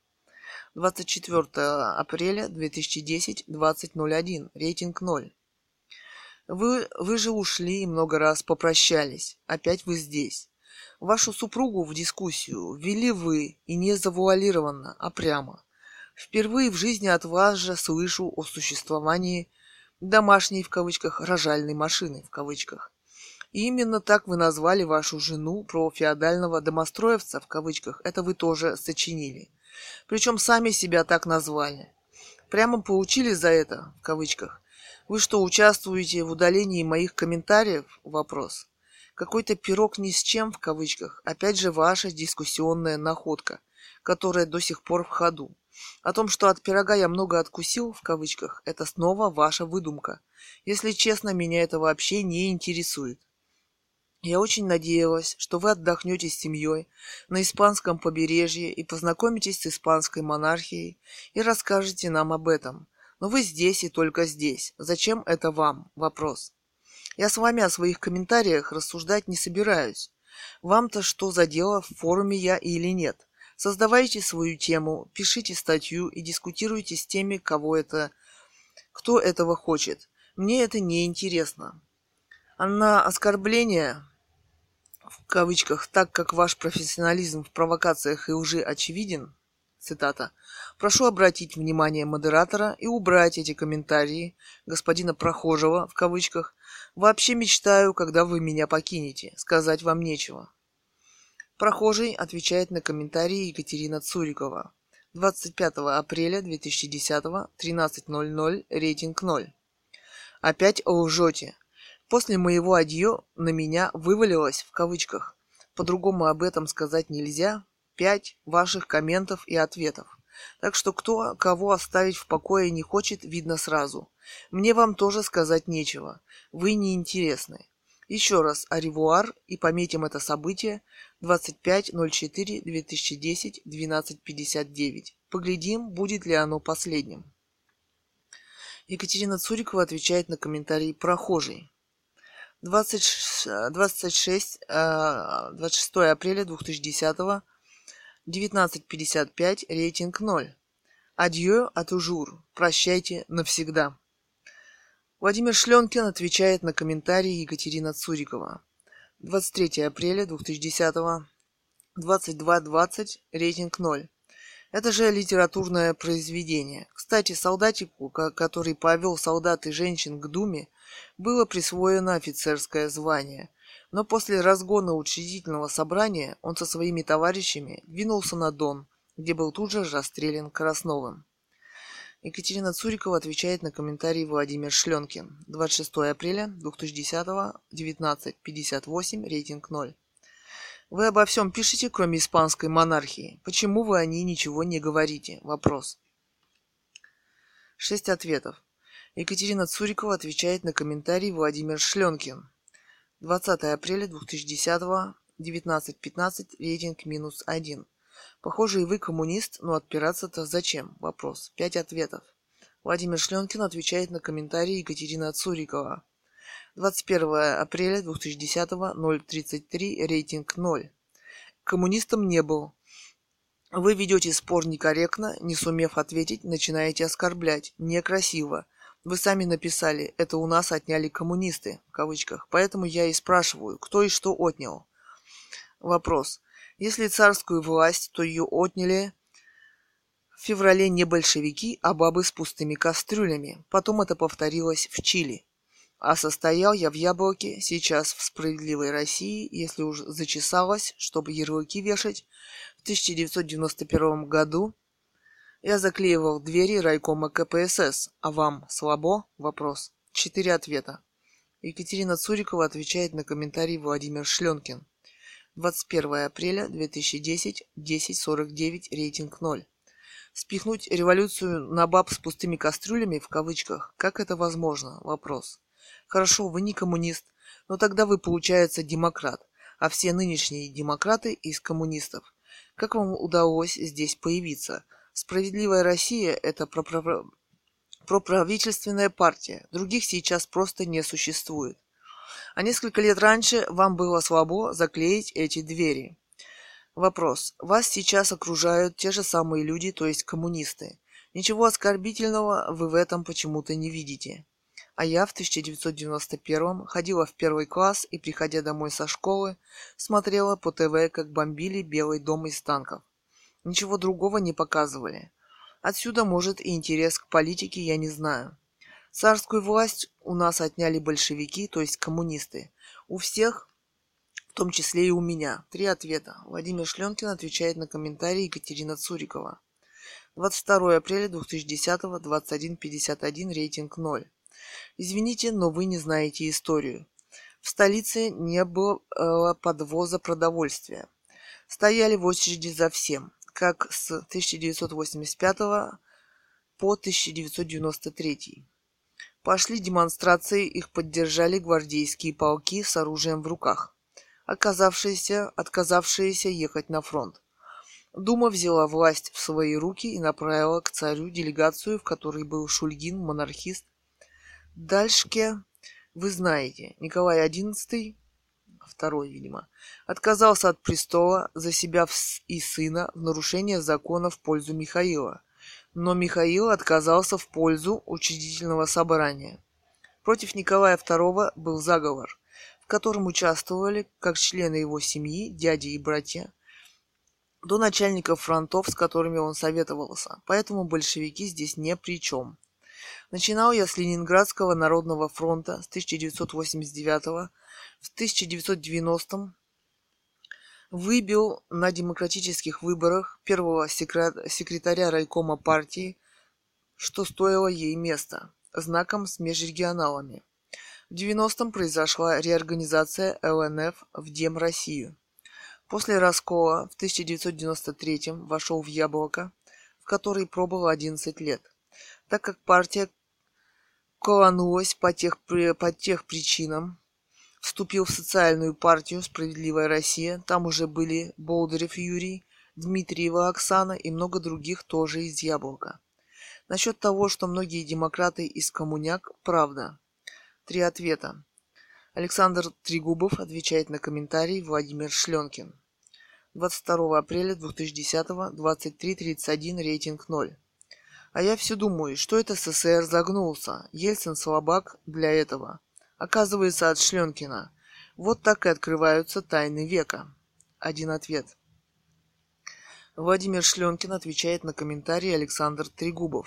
24 апреля 2010, 20:01, рейтинг 0. Вы же ушли и много раз попрощались. Опять вы здесь. Вашу супругу в дискуссию ввели вы, и не завуалированно, а прямо. Впервые в жизни от вас же слышу о существовании домашней, в кавычках, рожальной машины, в кавычках. И именно так вы назвали вашу жену про феодального домостроевца, в кавычках, это вы тоже сочинили. Причем сами себя так назвали. Прямо получили за это, в кавычках. Вы что, участвуете в удалении моих комментариев? Вопрос. Какой-то пирог ни с чем, в кавычках, опять же ваша дискуссионная находка, которая до сих пор в ходу. О том, что от пирога я много откусил, в кавычках, это снова ваша выдумка. Если честно, меня это вообще не интересует. Я очень надеялась, что вы отдохнете с семьей на испанском побережье и познакомитесь с испанской монархией и расскажете нам об этом. Но вы здесь и только здесь. Зачем это вам? Вопрос. Я с вами о своих комментариях рассуждать не собираюсь. Вам-то что за дело, в форуме я или нет? Создавайте свою тему, пишите статью и дискутируйте с теми, кто этого хочет. Мне это не интересно. А на оскорбление, в кавычках, так как ваш профессионализм в провокациях и лжи очевиден, цитата, прошу обратить внимание модератора и убрать эти комментарии господина Прохожего, в кавычках. Вообще мечтаю, когда вы меня покинете. Сказать вам нечего. Прохожий отвечает на комментарии Екатерина Цурикова. 25 апреля 2010, 13:00, рейтинг 0. Опять лжете. После моего адьё на меня вывалилось, в кавычках, по-другому об этом сказать нельзя, 5 ваших комментов и ответов. Так что кто кого оставить в покое не хочет, видно сразу. Мне вам тоже сказать нечего. Вы неинтересны. Еще раз аревуар и пометим это событие 25.04.2010, 12:59. Поглядим, будет ли оно последним. Екатерина Цурикова отвечает на комментарий прохожий. 26 апреля 2010, 19:55, рейтинг 0. Адьё, атужур. Прощайте навсегда. Владимир Шленкин отвечает на комментарии Екатерина Цурикова. 23 апреля 2010, 22:20, рейтинг 0. Это же литературное произведение. Кстати, солдатику, который повел солдат и женщин к Думе, было присвоено офицерское звание. Но после разгона учредительного собрания он со своими товарищами двинулся на Дон, где был тут же расстрелян Красновым. Екатерина Цурикова отвечает на комментарий Владимир Шленкин. 26 апреля 2010, 19:58, рейтинг 0. Вы обо всем пишете, кроме испанской монархии. Почему вы о ней ничего не говорите? Вопрос. 6 ответов. Екатерина Цурикова отвечает на комментарий Владимир Шленкин. 20 апреля 2010, 19:15, рейтинг -1. Похоже, и вы коммунист, но отпираться-то зачем? Вопрос. 5 ответов. Владимир Шленкин отвечает на комментарий Екатерина Цурикова. 21 апреля 2010, 0:33, рейтинг 0. Коммунистом не был. Вы ведете спор некорректно, не сумев ответить, начинаете оскорблять. Некрасиво. Вы сами написали, это у нас отняли коммунисты, в кавычках. Поэтому я и спрашиваю, кто и что отнял. Вопрос. Если царскую власть, то ее отняли в феврале не большевики, а бабы с пустыми кастрюлями. Потом это повторилось в Чили. А состоял я в Яблоке, сейчас в «Справедливой России», если уж зачесалось, чтобы ярлыки вешать. В 1991 году я заклеивал двери райкома КПСС. А вам слабо? Вопрос. 4 ответа. Екатерина Цурикова отвечает на комментарий Владимир Шленкин. 21 апреля 2010, 10:49, рейтинг 0. Спихнуть революцию на баб с пустыми кастрюлями, в кавычках, как это возможно? Вопрос. Хорошо, вы не коммунист, но тогда вы, получается, демократ, а все нынешние демократы из коммунистов. Как вам удалось здесь появиться? «Справедливая Россия» — это проправительственная партия, других сейчас просто не существует. А несколько лет раньше вам было слабо заклеить эти двери. Вопрос. Вас сейчас окружают те же самые люди, то есть коммунисты. Ничего оскорбительного вы в этом почему-то не видите. А я в 1991 ходила в 1 класс и, приходя домой со школы, смотрела по ТВ, как бомбили Белый дом из танков. Ничего другого не показывали. Отсюда, может, и интерес к политике, я не знаю. Царскую власть у нас отняли большевики, то есть коммунисты. У всех, в том числе и у меня. 3 ответа. Владимир Шленкин отвечает на комментарии Екатерина Цурикова. 22 апреля 2010, 21:51, рейтинг 0. Извините, но вы не знаете историю. В столице не было подвоза продовольствия. Стояли в очереди за всем, как с 1985 по 1993. Пошли демонстрации, их поддержали гвардейские полки с оружием в руках, отказавшиеся ехать на фронт. Дума взяла власть в свои руки и направила к царю делегацию, в которой был Шульгин, монархист. Дальше, вы знаете, Николай XI, второй, видимо, отказался от престола за себя и сына в нарушение закона в пользу Михаила. Но Михаил отказался в пользу учредительного собрания. Против Николая II был заговор, в котором участвовали как члены его семьи, дяди и братья, до начальников фронтов, с которыми он советовался, поэтому большевики здесь не при чем. Начинал я с Ленинградского народного фронта с 1989 в 1990 выбил на демократических выборах первого секретаря райкома партии, что стоило ей места, знаком с межрегионалами. В 90-м произошла реорганизация ЛНФ в Демроссию. После раскола в 1993-м вошел в Яблоко, в которой пробыл 11 лет. Так как партия колонулась по тех причинам, вступил в социальную партию «Справедливая Россия». Там уже были Болдырев Юрий, Дмитриева Оксана и много других тоже из Яблока. Насчет того, что многие демократы из коммуняк, правда. 3 ответа. Александр Трегубов отвечает на комментарий Владимир Шленкин. 22 апреля 2010-го, 23:31, рейтинг 0. А я все думаю, что это СССР загнулся. Ельцин слабак для этого. Оказывается, от Шленкина. Вот так и открываются тайны века. Один ответ. Владимир Шленкин отвечает на комментарий Александр Трегубов.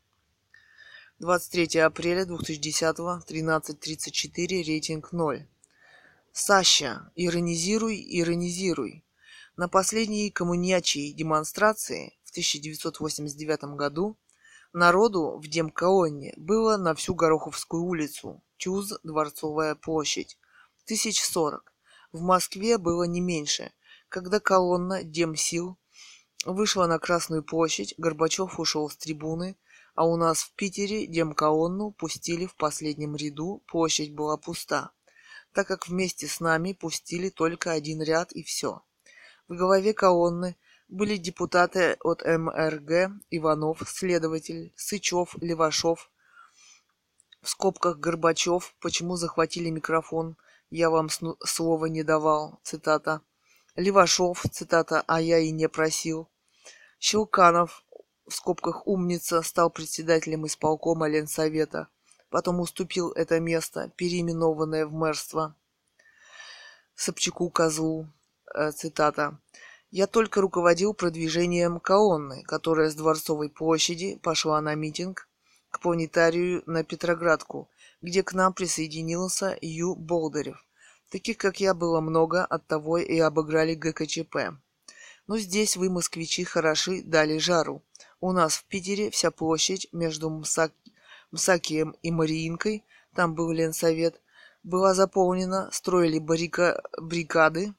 23 апреля 2010-го, 13:34, рейтинг 0. Саща, иронизируй, иронизируй. На последней коммунячей демонстрации в 1989 году народу в демколонне было на всю Гороховскую улицу, ТЮЗ, Дворцовая площадь, 1040. В Москве было не меньше. Когда колонна демсил вышла на Красную площадь, Горбачев ушел с трибуны, а у нас в Питере демколонну пустили в последнем ряду, площадь была пуста, так как вместе с нами пустили только один ряд и все. В голове колонны были депутаты от МРГ, Иванов, следователь, Сычев, Левашов, в скобках Горбачев, почему захватили микрофон, я вам слова не давал, цитата. Левашов, цитата, а я и не просил. Щелканов, в скобках умница, стал председателем исполкома Ленсовета, потом уступил это место, переименованное в мэрство, Собчаку козлу, цитата. Я только руководил продвижением колонны, которая с Дворцовой площади пошла на митинг к планетарию на Петроградку, где к нам присоединился Ю. Болдырев. Таких, как я, было много, оттого и обыграли ГКЧП. Но здесь вы, москвичи, хороши, дали жару. У нас в Питере вся площадь между Мсакием и Мариинкой, там был Ленсовет, была заполнена, строили бригады.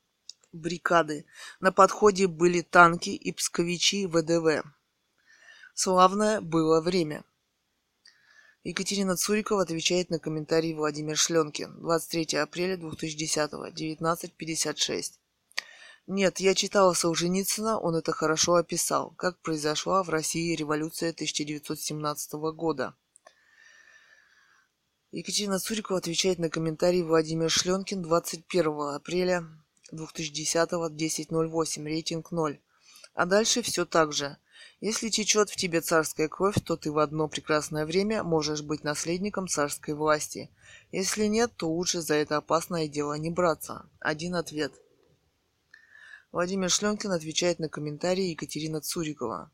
На подходе были танки и псковичи ВДВ. Славное было время. Екатерина Цурикова отвечает на комментарий Владимир Шленкин. 23 апреля 2010-го, 19:56. Нет, я читала Солженицына, он это хорошо описал, как произошла в России революция 1917 года. Екатерина Цурикова отвечает на комментарий Владимир Шленкин. 21 апреля 2010-го, 10:08, рейтинг 0. А дальше все так же. Если течет в тебе царская кровь, то ты в одно прекрасное время можешь быть наследником царской власти. Если нет, то лучше за это опасное дело не браться. Один ответ. Владимир Шленкин отвечает на комментарий Екатерина Цурикова.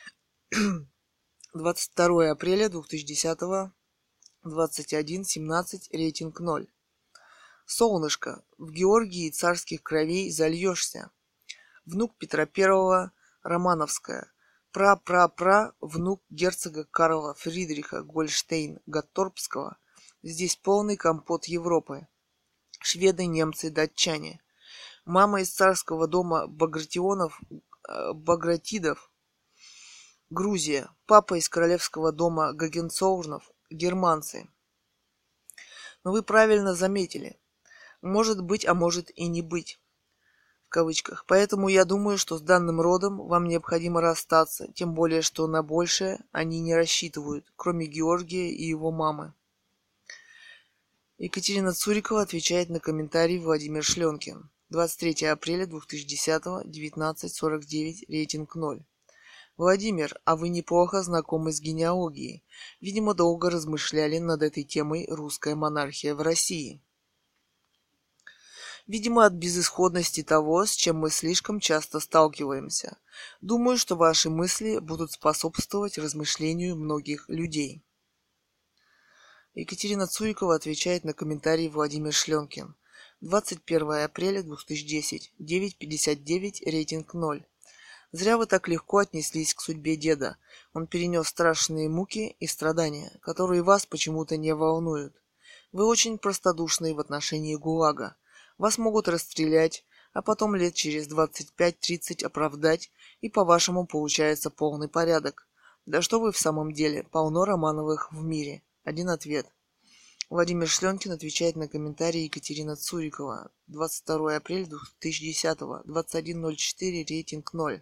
22 апреля 2010-го, 21:17, рейтинг 0. Солнышко, в Георгии царских кровей зальешься. Внук Петра I, Романовская. Внук герцога Карла Фридриха Гольштейн-Готторпского. Здесь полный компот Европы. Шведы, немцы, датчане. Мама из царского дома Багратидов, Грузия. Папа из королевского дома Гогенцоллернов, германцы. Но вы правильно заметили. Может быть, а может и не быть. В кавычках. Поэтому я думаю, что с данным родом вам необходимо расстаться, тем более, что на большее они не рассчитывают, кроме Георгия и его мамы. Екатерина Цурикова отвечает на комментарий Владимир Шленкин. 23 апреля 2010-го, 19:49, рейтинг 0. Владимир, а вы неплохо знакомы с генеалогией. Видимо, долго размышляли над этой темой «Русская монархия в России». Видимо, от безысходности того, с чем мы слишком часто сталкиваемся. Думаю, что ваши мысли будут способствовать размышлению многих людей. Екатерина Цурикова отвечает на комментарий Владимир Шленкин. 21 апреля 2010, 9:59, рейтинг 0. Зря вы так легко отнеслись к судьбе деда. Он перенес страшные муки и страдания, которые вас почему-то не волнуют. Вы очень простодушны в отношении ГУЛАГа. Вас могут расстрелять, а потом лет через 25-30 оправдать, и по-вашему получается полный порядок. Да что вы в самом деле, полно Романовых в мире. Один ответ. Владимир Шленкин отвечает на комментарий Екатерина Цурикова. 22 апреля 2010-го, 21:04, рейтинг 0.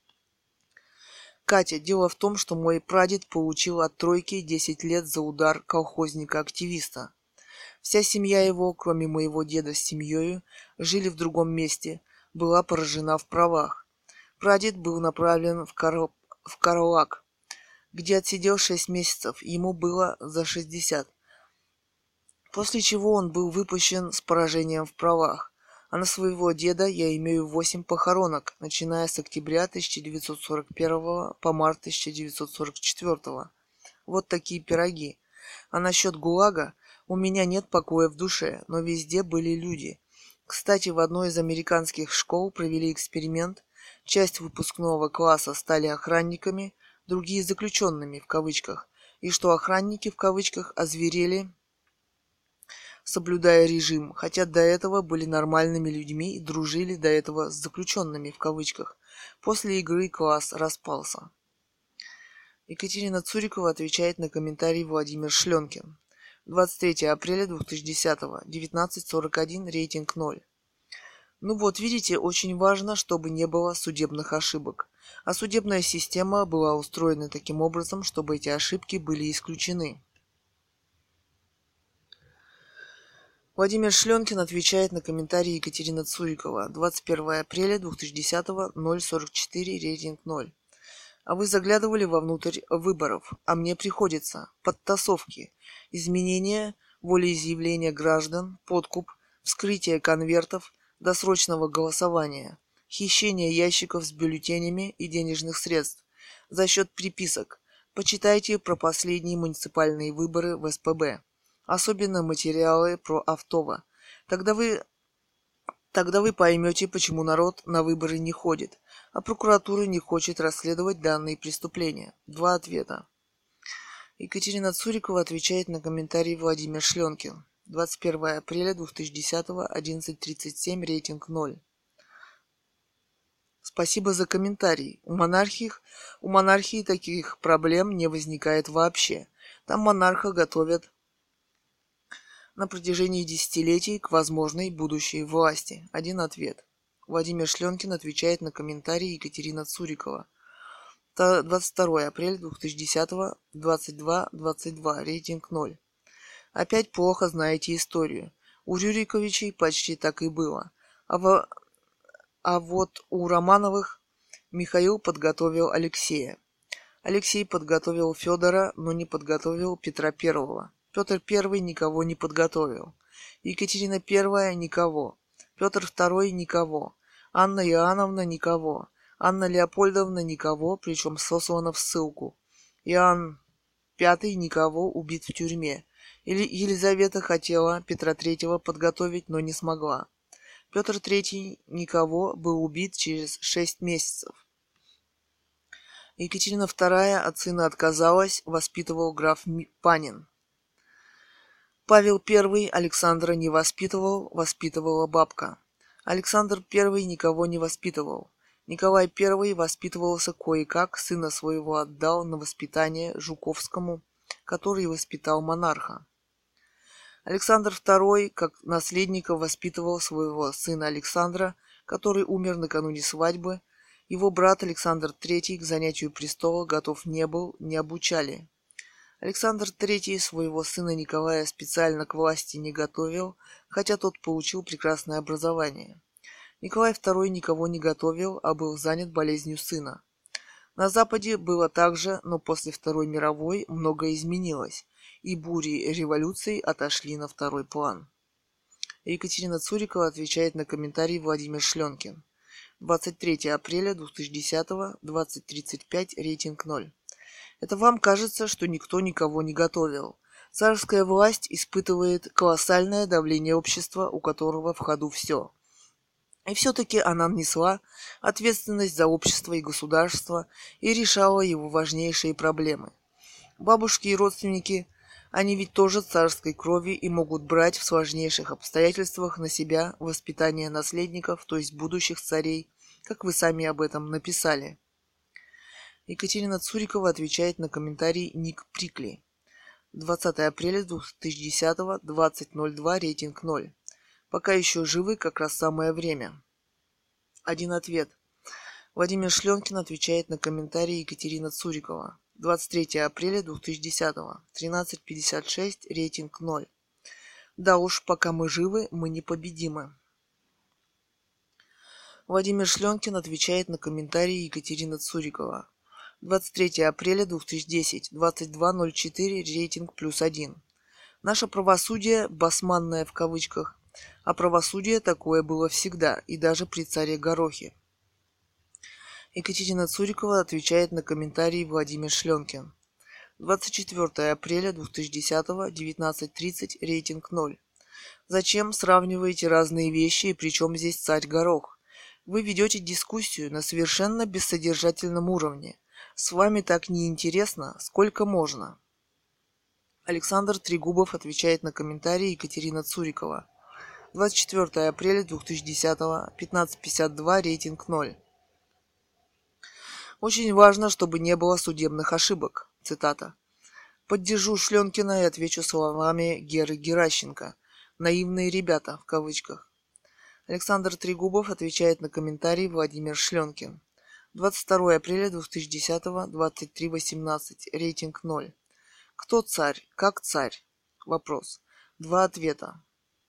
Катя, дело в том, что мой прадед получил от тройки 10 лет за удар колхозника-активиста. Вся семья его, кроме моего деда с семьей, жили в другом месте, была поражена в правах. Прадед был направлен в Карлак, где отсидел 6 месяцев, ему было за 60. После чего он был выпущен с поражением в правах. А на своего деда я имею 8 похоронок, начиная с октября 1941 по март 1944. Вот такие пироги. А насчет ГУЛАГа, у меня нет покоя в душе, но везде были люди. Кстати, в одной из американских школ провели эксперимент. Часть выпускного класса стали охранниками, другие заключенными в кавычках. И что охранники в кавычках озверели, соблюдая режим, хотя до этого были нормальными людьми и дружили до этого с заключенными в кавычках. После игры класс распался. Екатерина Цурикова отвечает на комментарий Владимир Шленкин. 23 апреля 2010, 19:41, рейтинг 0. Ну вот, видите, очень важно, чтобы не было судебных ошибок. А судебная система была устроена таким образом, чтобы эти ошибки были исключены. Владимир Шленкин отвечает на комментарий Екатерина Цурикова. 21 апреля 2010, 0:44, рейтинг 0. А вы заглядывали вовнутрь выборов, а мне приходится. Подтасовки, изменения волеизъявления граждан, подкуп, вскрытие конвертов, досрочного голосования, хищение ящиков с бюллетенями и денежных средств за счет приписок. Почитайте про последние муниципальные выборы в СПБ. Особенно материалы про Автово. Тогда вы поймете, почему народ на выборы не ходит, а прокуратура не хочет расследовать данные преступления. 2 ответа. Екатерина Цурикова отвечает на комментарий Владимир Шленкин. 21 апреля 2010, 11:37, рейтинг 0. Спасибо за комментарий. У монархии таких проблем не возникает вообще. Там монарха готовят на протяжении десятилетий к возможной будущей власти. 1 ответ. Владимир Шленкин отвечает на комментарий Екатерина Цурикова. 22 апреля 2010, 22:22, рейтинг 0. Опять плохо знаете историю. У Рюриковичей почти так и было. А вот у Романовых Михаил подготовил Алексея. Алексей подготовил Федора, но не подготовил Петра I. Петр I никого не подготовил. Екатерина I никого. Петр II никого. Анна Иоанновна никого. Анна Леопольдовна никого, причем сослана в ссылку. Иоанн V никого, убит в тюрьме. Елизавета хотела Петра III подготовить, но не смогла. Петр III никого, был убит через 6 месяцев. Екатерина II от сына отказалась, воспитывал граф Панин. Павел I Александра не воспитывал, воспитывала бабка. Александр I никого не воспитывал. Николай I воспитывался кое-как, сына своего отдал на воспитание Жуковскому, который воспитал монарха. Александр II, как наследника, воспитывал своего сына Александра, который умер накануне свадьбы. Его брат Александр III к занятию престола готов не был, не обучали. Александр III своего сына Николая специально к власти не готовил, хотя тот получил прекрасное образование. Николай II никого не готовил, а был занят болезнью сына. На Западе было так же, но после Второй мировой многое изменилось, и бури революций отошли на второй план. Екатерина Цурикова отвечает на комментарий Владимир Шленкин. 23 апреля 2010, 20:35, рейтинг 0. Это вам кажется, что никто никого не готовил. Царская власть испытывает колоссальное давление общества, у которого в ходу все. И все-таки она несла ответственность за общество и государство и решала его важнейшие проблемы. Бабушки и родственники, они ведь тоже царской крови и могут брать в сложнейших обстоятельствах на себя воспитание наследников, то есть будущих царей, как вы сами об этом написали. Екатерина Цурикова отвечает на комментарий Ник Прикли. 20 апреля 2010, 20:02, рейтинг 0. Пока еще живы, как раз самое время. 1 ответ. Владимир Шленкин отвечает на комментарий Екатерина Цурикова. 23 апреля 2010, 13:56, рейтинг 0. Да уж, пока мы живы, мы непобедимы. Владимир Шленкин отвечает на комментарии Екатерины Цурикова. 23 апреля 2010, 22:04, рейтинг +1. Наше правосудие, басманное в кавычках, а правосудие такое было всегда, и даже при царе Горохе. Екатерина Цурикова отвечает на комментарии Владимир Шленкин. 24 апреля 2010, 19:30, рейтинг 0. Зачем сравниваете разные вещи, и причем здесь царь Горох? Вы ведете дискуссию на совершенно бессодержательном уровне. С вами так неинтересно, сколько можно. Александр Трегубов отвечает на комментарии Екатерина Цурикова. 24 апреля 2010, 15:52, рейтинг 0. Очень важно, чтобы не было судебных ошибок. Цитата. Поддержу Шленкина и отвечу словами Геры Геращенко. «Наивные ребята» в кавычках. Александр Трегубов отвечает на комментарий Владимир Шленкин. 22 апреля 2010, 23:18, рейтинг 0. Кто царь? Как царь? Вопрос. 2 ответа.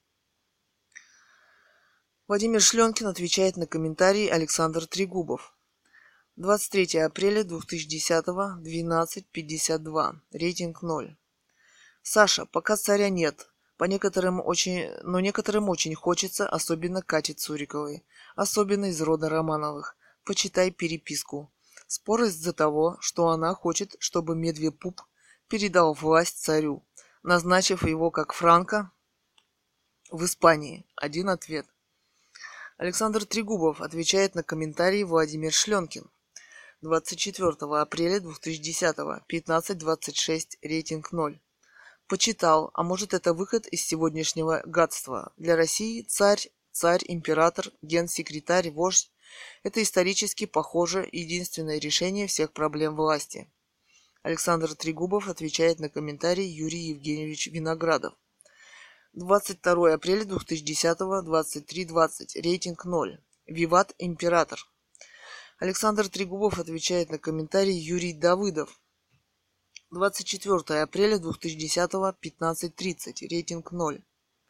Владимир Шленкин отвечает на комментарий Александр Трегубов. 23 апреля 2010, 12:52, рейтинг 0. Саша, пока царя нет, некоторым очень хочется, особенно Кате Цуриковой, особенно из рода Романовых. Почитай переписку. Спор из-за того, что она хочет, чтобы Медвепуп передал власть царю, назначив его как Франко в Испании. 1 ответ. Александр Трегубов отвечает на комментарий Владимир Шленкин. 24 апреля 2010, 15:26, рейтинг 0. Почитал, а может это выход из сегодняшнего гадства. Для России царь, император, генсекретарь, вождь – это исторически, похоже, единственное решение всех проблем власти. Александр Трегубов отвечает на комментарий Юрий Евгеньевич Виноградов. 22 апреля 2010, 23:20, рейтинг 0. Виват император. Александр Трегубов отвечает на комментарий Юрий Давыдов. 24 апреля 2010, 15:30, рейтинг 0.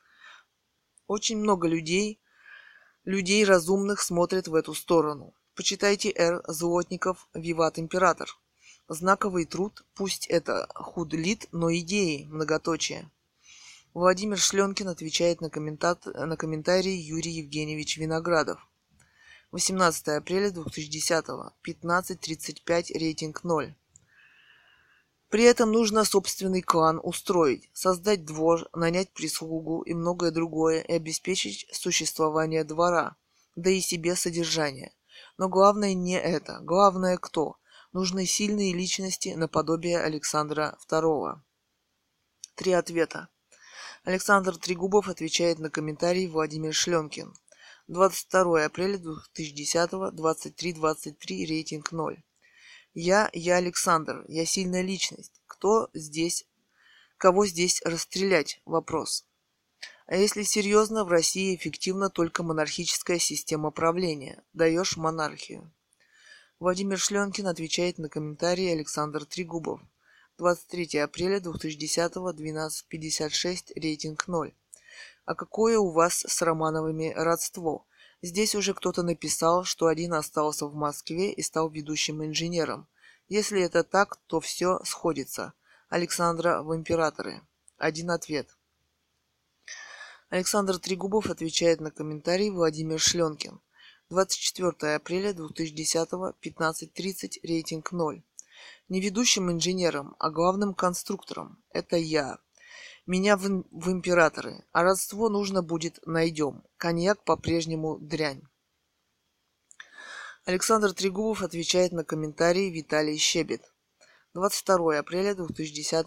Очень много людей разумных смотрят в эту сторону. Почитайте Р. Злотников «Виват император». Знаковый труд, пусть это худлит, но идеи, многоточие. Владимир Шленкин отвечает на комментарий Юрий Евгеньевич Виноградов. 18 апреля 2010, 15:35, рейтинг 0. При этом нужно собственный клан устроить, создать двор, нанять прислугу и многое другое, и обеспечить существование двора, да и себе содержание. Но главное не это. Главное кто? Нужны сильные личности наподобие Александра II. 3 ответа. Александр Трегубов отвечает на комментарий Владимир Шленкин. 22 апреля 2010, 23:23, рейтинг 0. Я Александр, я сильная личность. Кого здесь расстрелять? Вопрос. А если серьезно, в России эффективна только монархическая система правления. Даешь монархию. Владимир Шленкин отвечает на комментарии Александр Трегубов. 23 апреля 2010, 12:56, рейтинг 0. А какое у вас с Романовыми родство? Здесь уже кто-то написал, что один остался в Москве и стал ведущим инженером. Если это так, то все сходится. Александра в императоры. 1 ответ. Александр Трегубов отвечает на комментарий Владимир Шленкин. 24 апреля 2010, 15:30, рейтинг 0. Не ведущим инженером, а главным конструктором. Это я. Меня в императоры. А родство нужно будет, найдем. Коньяк по-прежнему дрянь. Александр Трегубов отвечает на комментарий Виталий Щебет. 22 апреля 2010,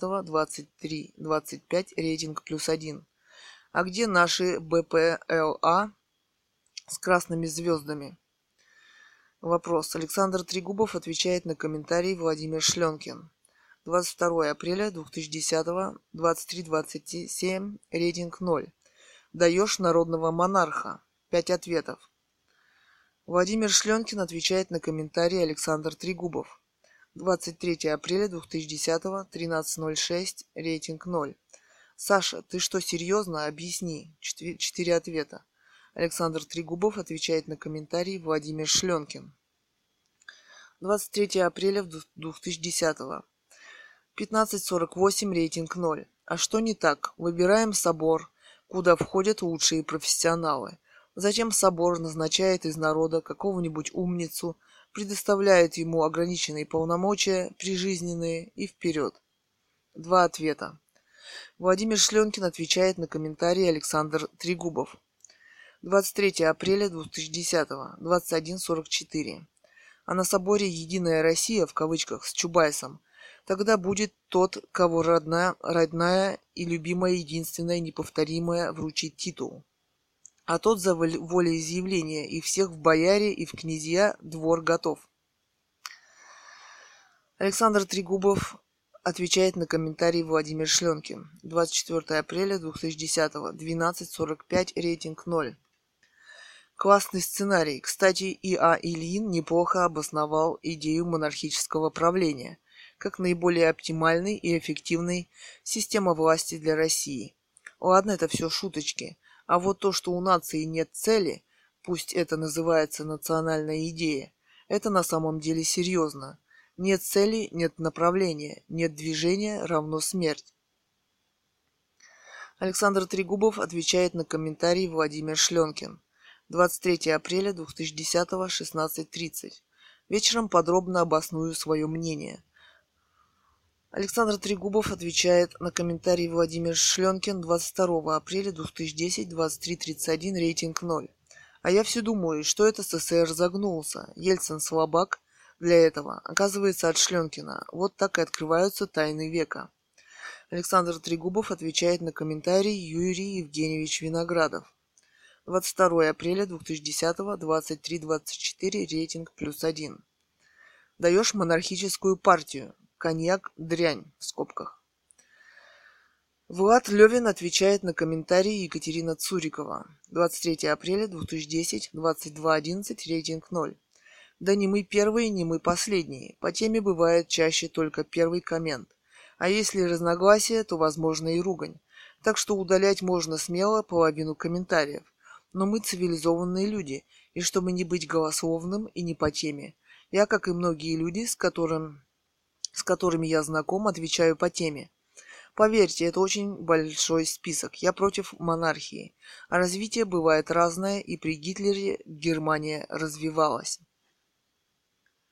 23:25, рейтинг +1. А где наши БПЛА с красными звездами? Вопрос. Александр Трегубов отвечает на комментарий Владимир Шленкин. 22 апреля 2010, 23:27, рейтинг 0. Даешь народного монарха. 5 ответов. Владимир Шленкин отвечает на комментарий Александр Трегубов. 23 апреля 2010, 13:06, рейтинг 0. Саша, ты что, серьезно? Объясни. 4 ответа. Александр Трегубов отвечает на комментарий Владимир Шленкин. 23 апреля 2010. 15:48, рейтинг 0. А что не так? Выбираем собор, куда входят лучшие профессионалы. Затем собор назначает из народа какого-нибудь умницу, предоставляет ему ограниченные полномочия, прижизненные и вперед. 2 ответа. Владимир Шленкин отвечает на комментарий Александр Трегубов. 23 апреля 2010, 21:44. А на соборе «Единая Россия» в кавычках с Чубайсом тогда будет тот, кого родная и любимая, единственная, неповторимая вручит титул. А тот за волеизъявление, и всех в бояре и в князья двор готов. Александр Трегубов отвечает на комментарий Владимир Шленкин. 24 апреля 2010, 12:45, рейтинг 0. Классный сценарий. Кстати, И.А. Ильин неплохо обосновал идею монархического правления как наиболее оптимальной и эффективной система власти для России. Ладно, это все шуточки. А вот то, что у нации нет цели, пусть это называется национальная идея, это на самом деле серьезно. Нет цели, нет направления, нет движения равно смерть. Александр Трегубов отвечает на комментарий Владимир Шленкин. 23 апреля 2010, 16:30. Вечером подробно обосную свое мнение. Александр Трегубов отвечает на комментарий Владимир Шленкин. 22 апреля 2010, 23:31, рейтинг 0. А я все думаю, что это СССР загнулся. Ельцин слабак для этого. Оказывается, от Шленкина. Вот так и открываются тайны века. Александр Трегубов отвечает на комментарий Юрий Евгеньевич Виноградов. 22 апреля 2010, 23:24, рейтинг +1. Даешь монархическую партию. Коньяк дрянь в скобках. Влад Левин отвечает на комментарий Екатерина Цурикова. 23 апреля 2010, 22:11, рейтинг 0. Да не мы первые, не мы последние. По теме бывает чаще только первый коммент. А если разногласия, то возможно и ругань. Так что удалять можно смело половину комментариев. Но мы цивилизованные люди, и чтобы не быть голословным и не по теме, я, как и многие люди, с которыми я знаком, отвечаю по теме. Поверьте, это очень большой список. Я против монархии. А развитие бывает разное, и при Гитлере Германия развивалась.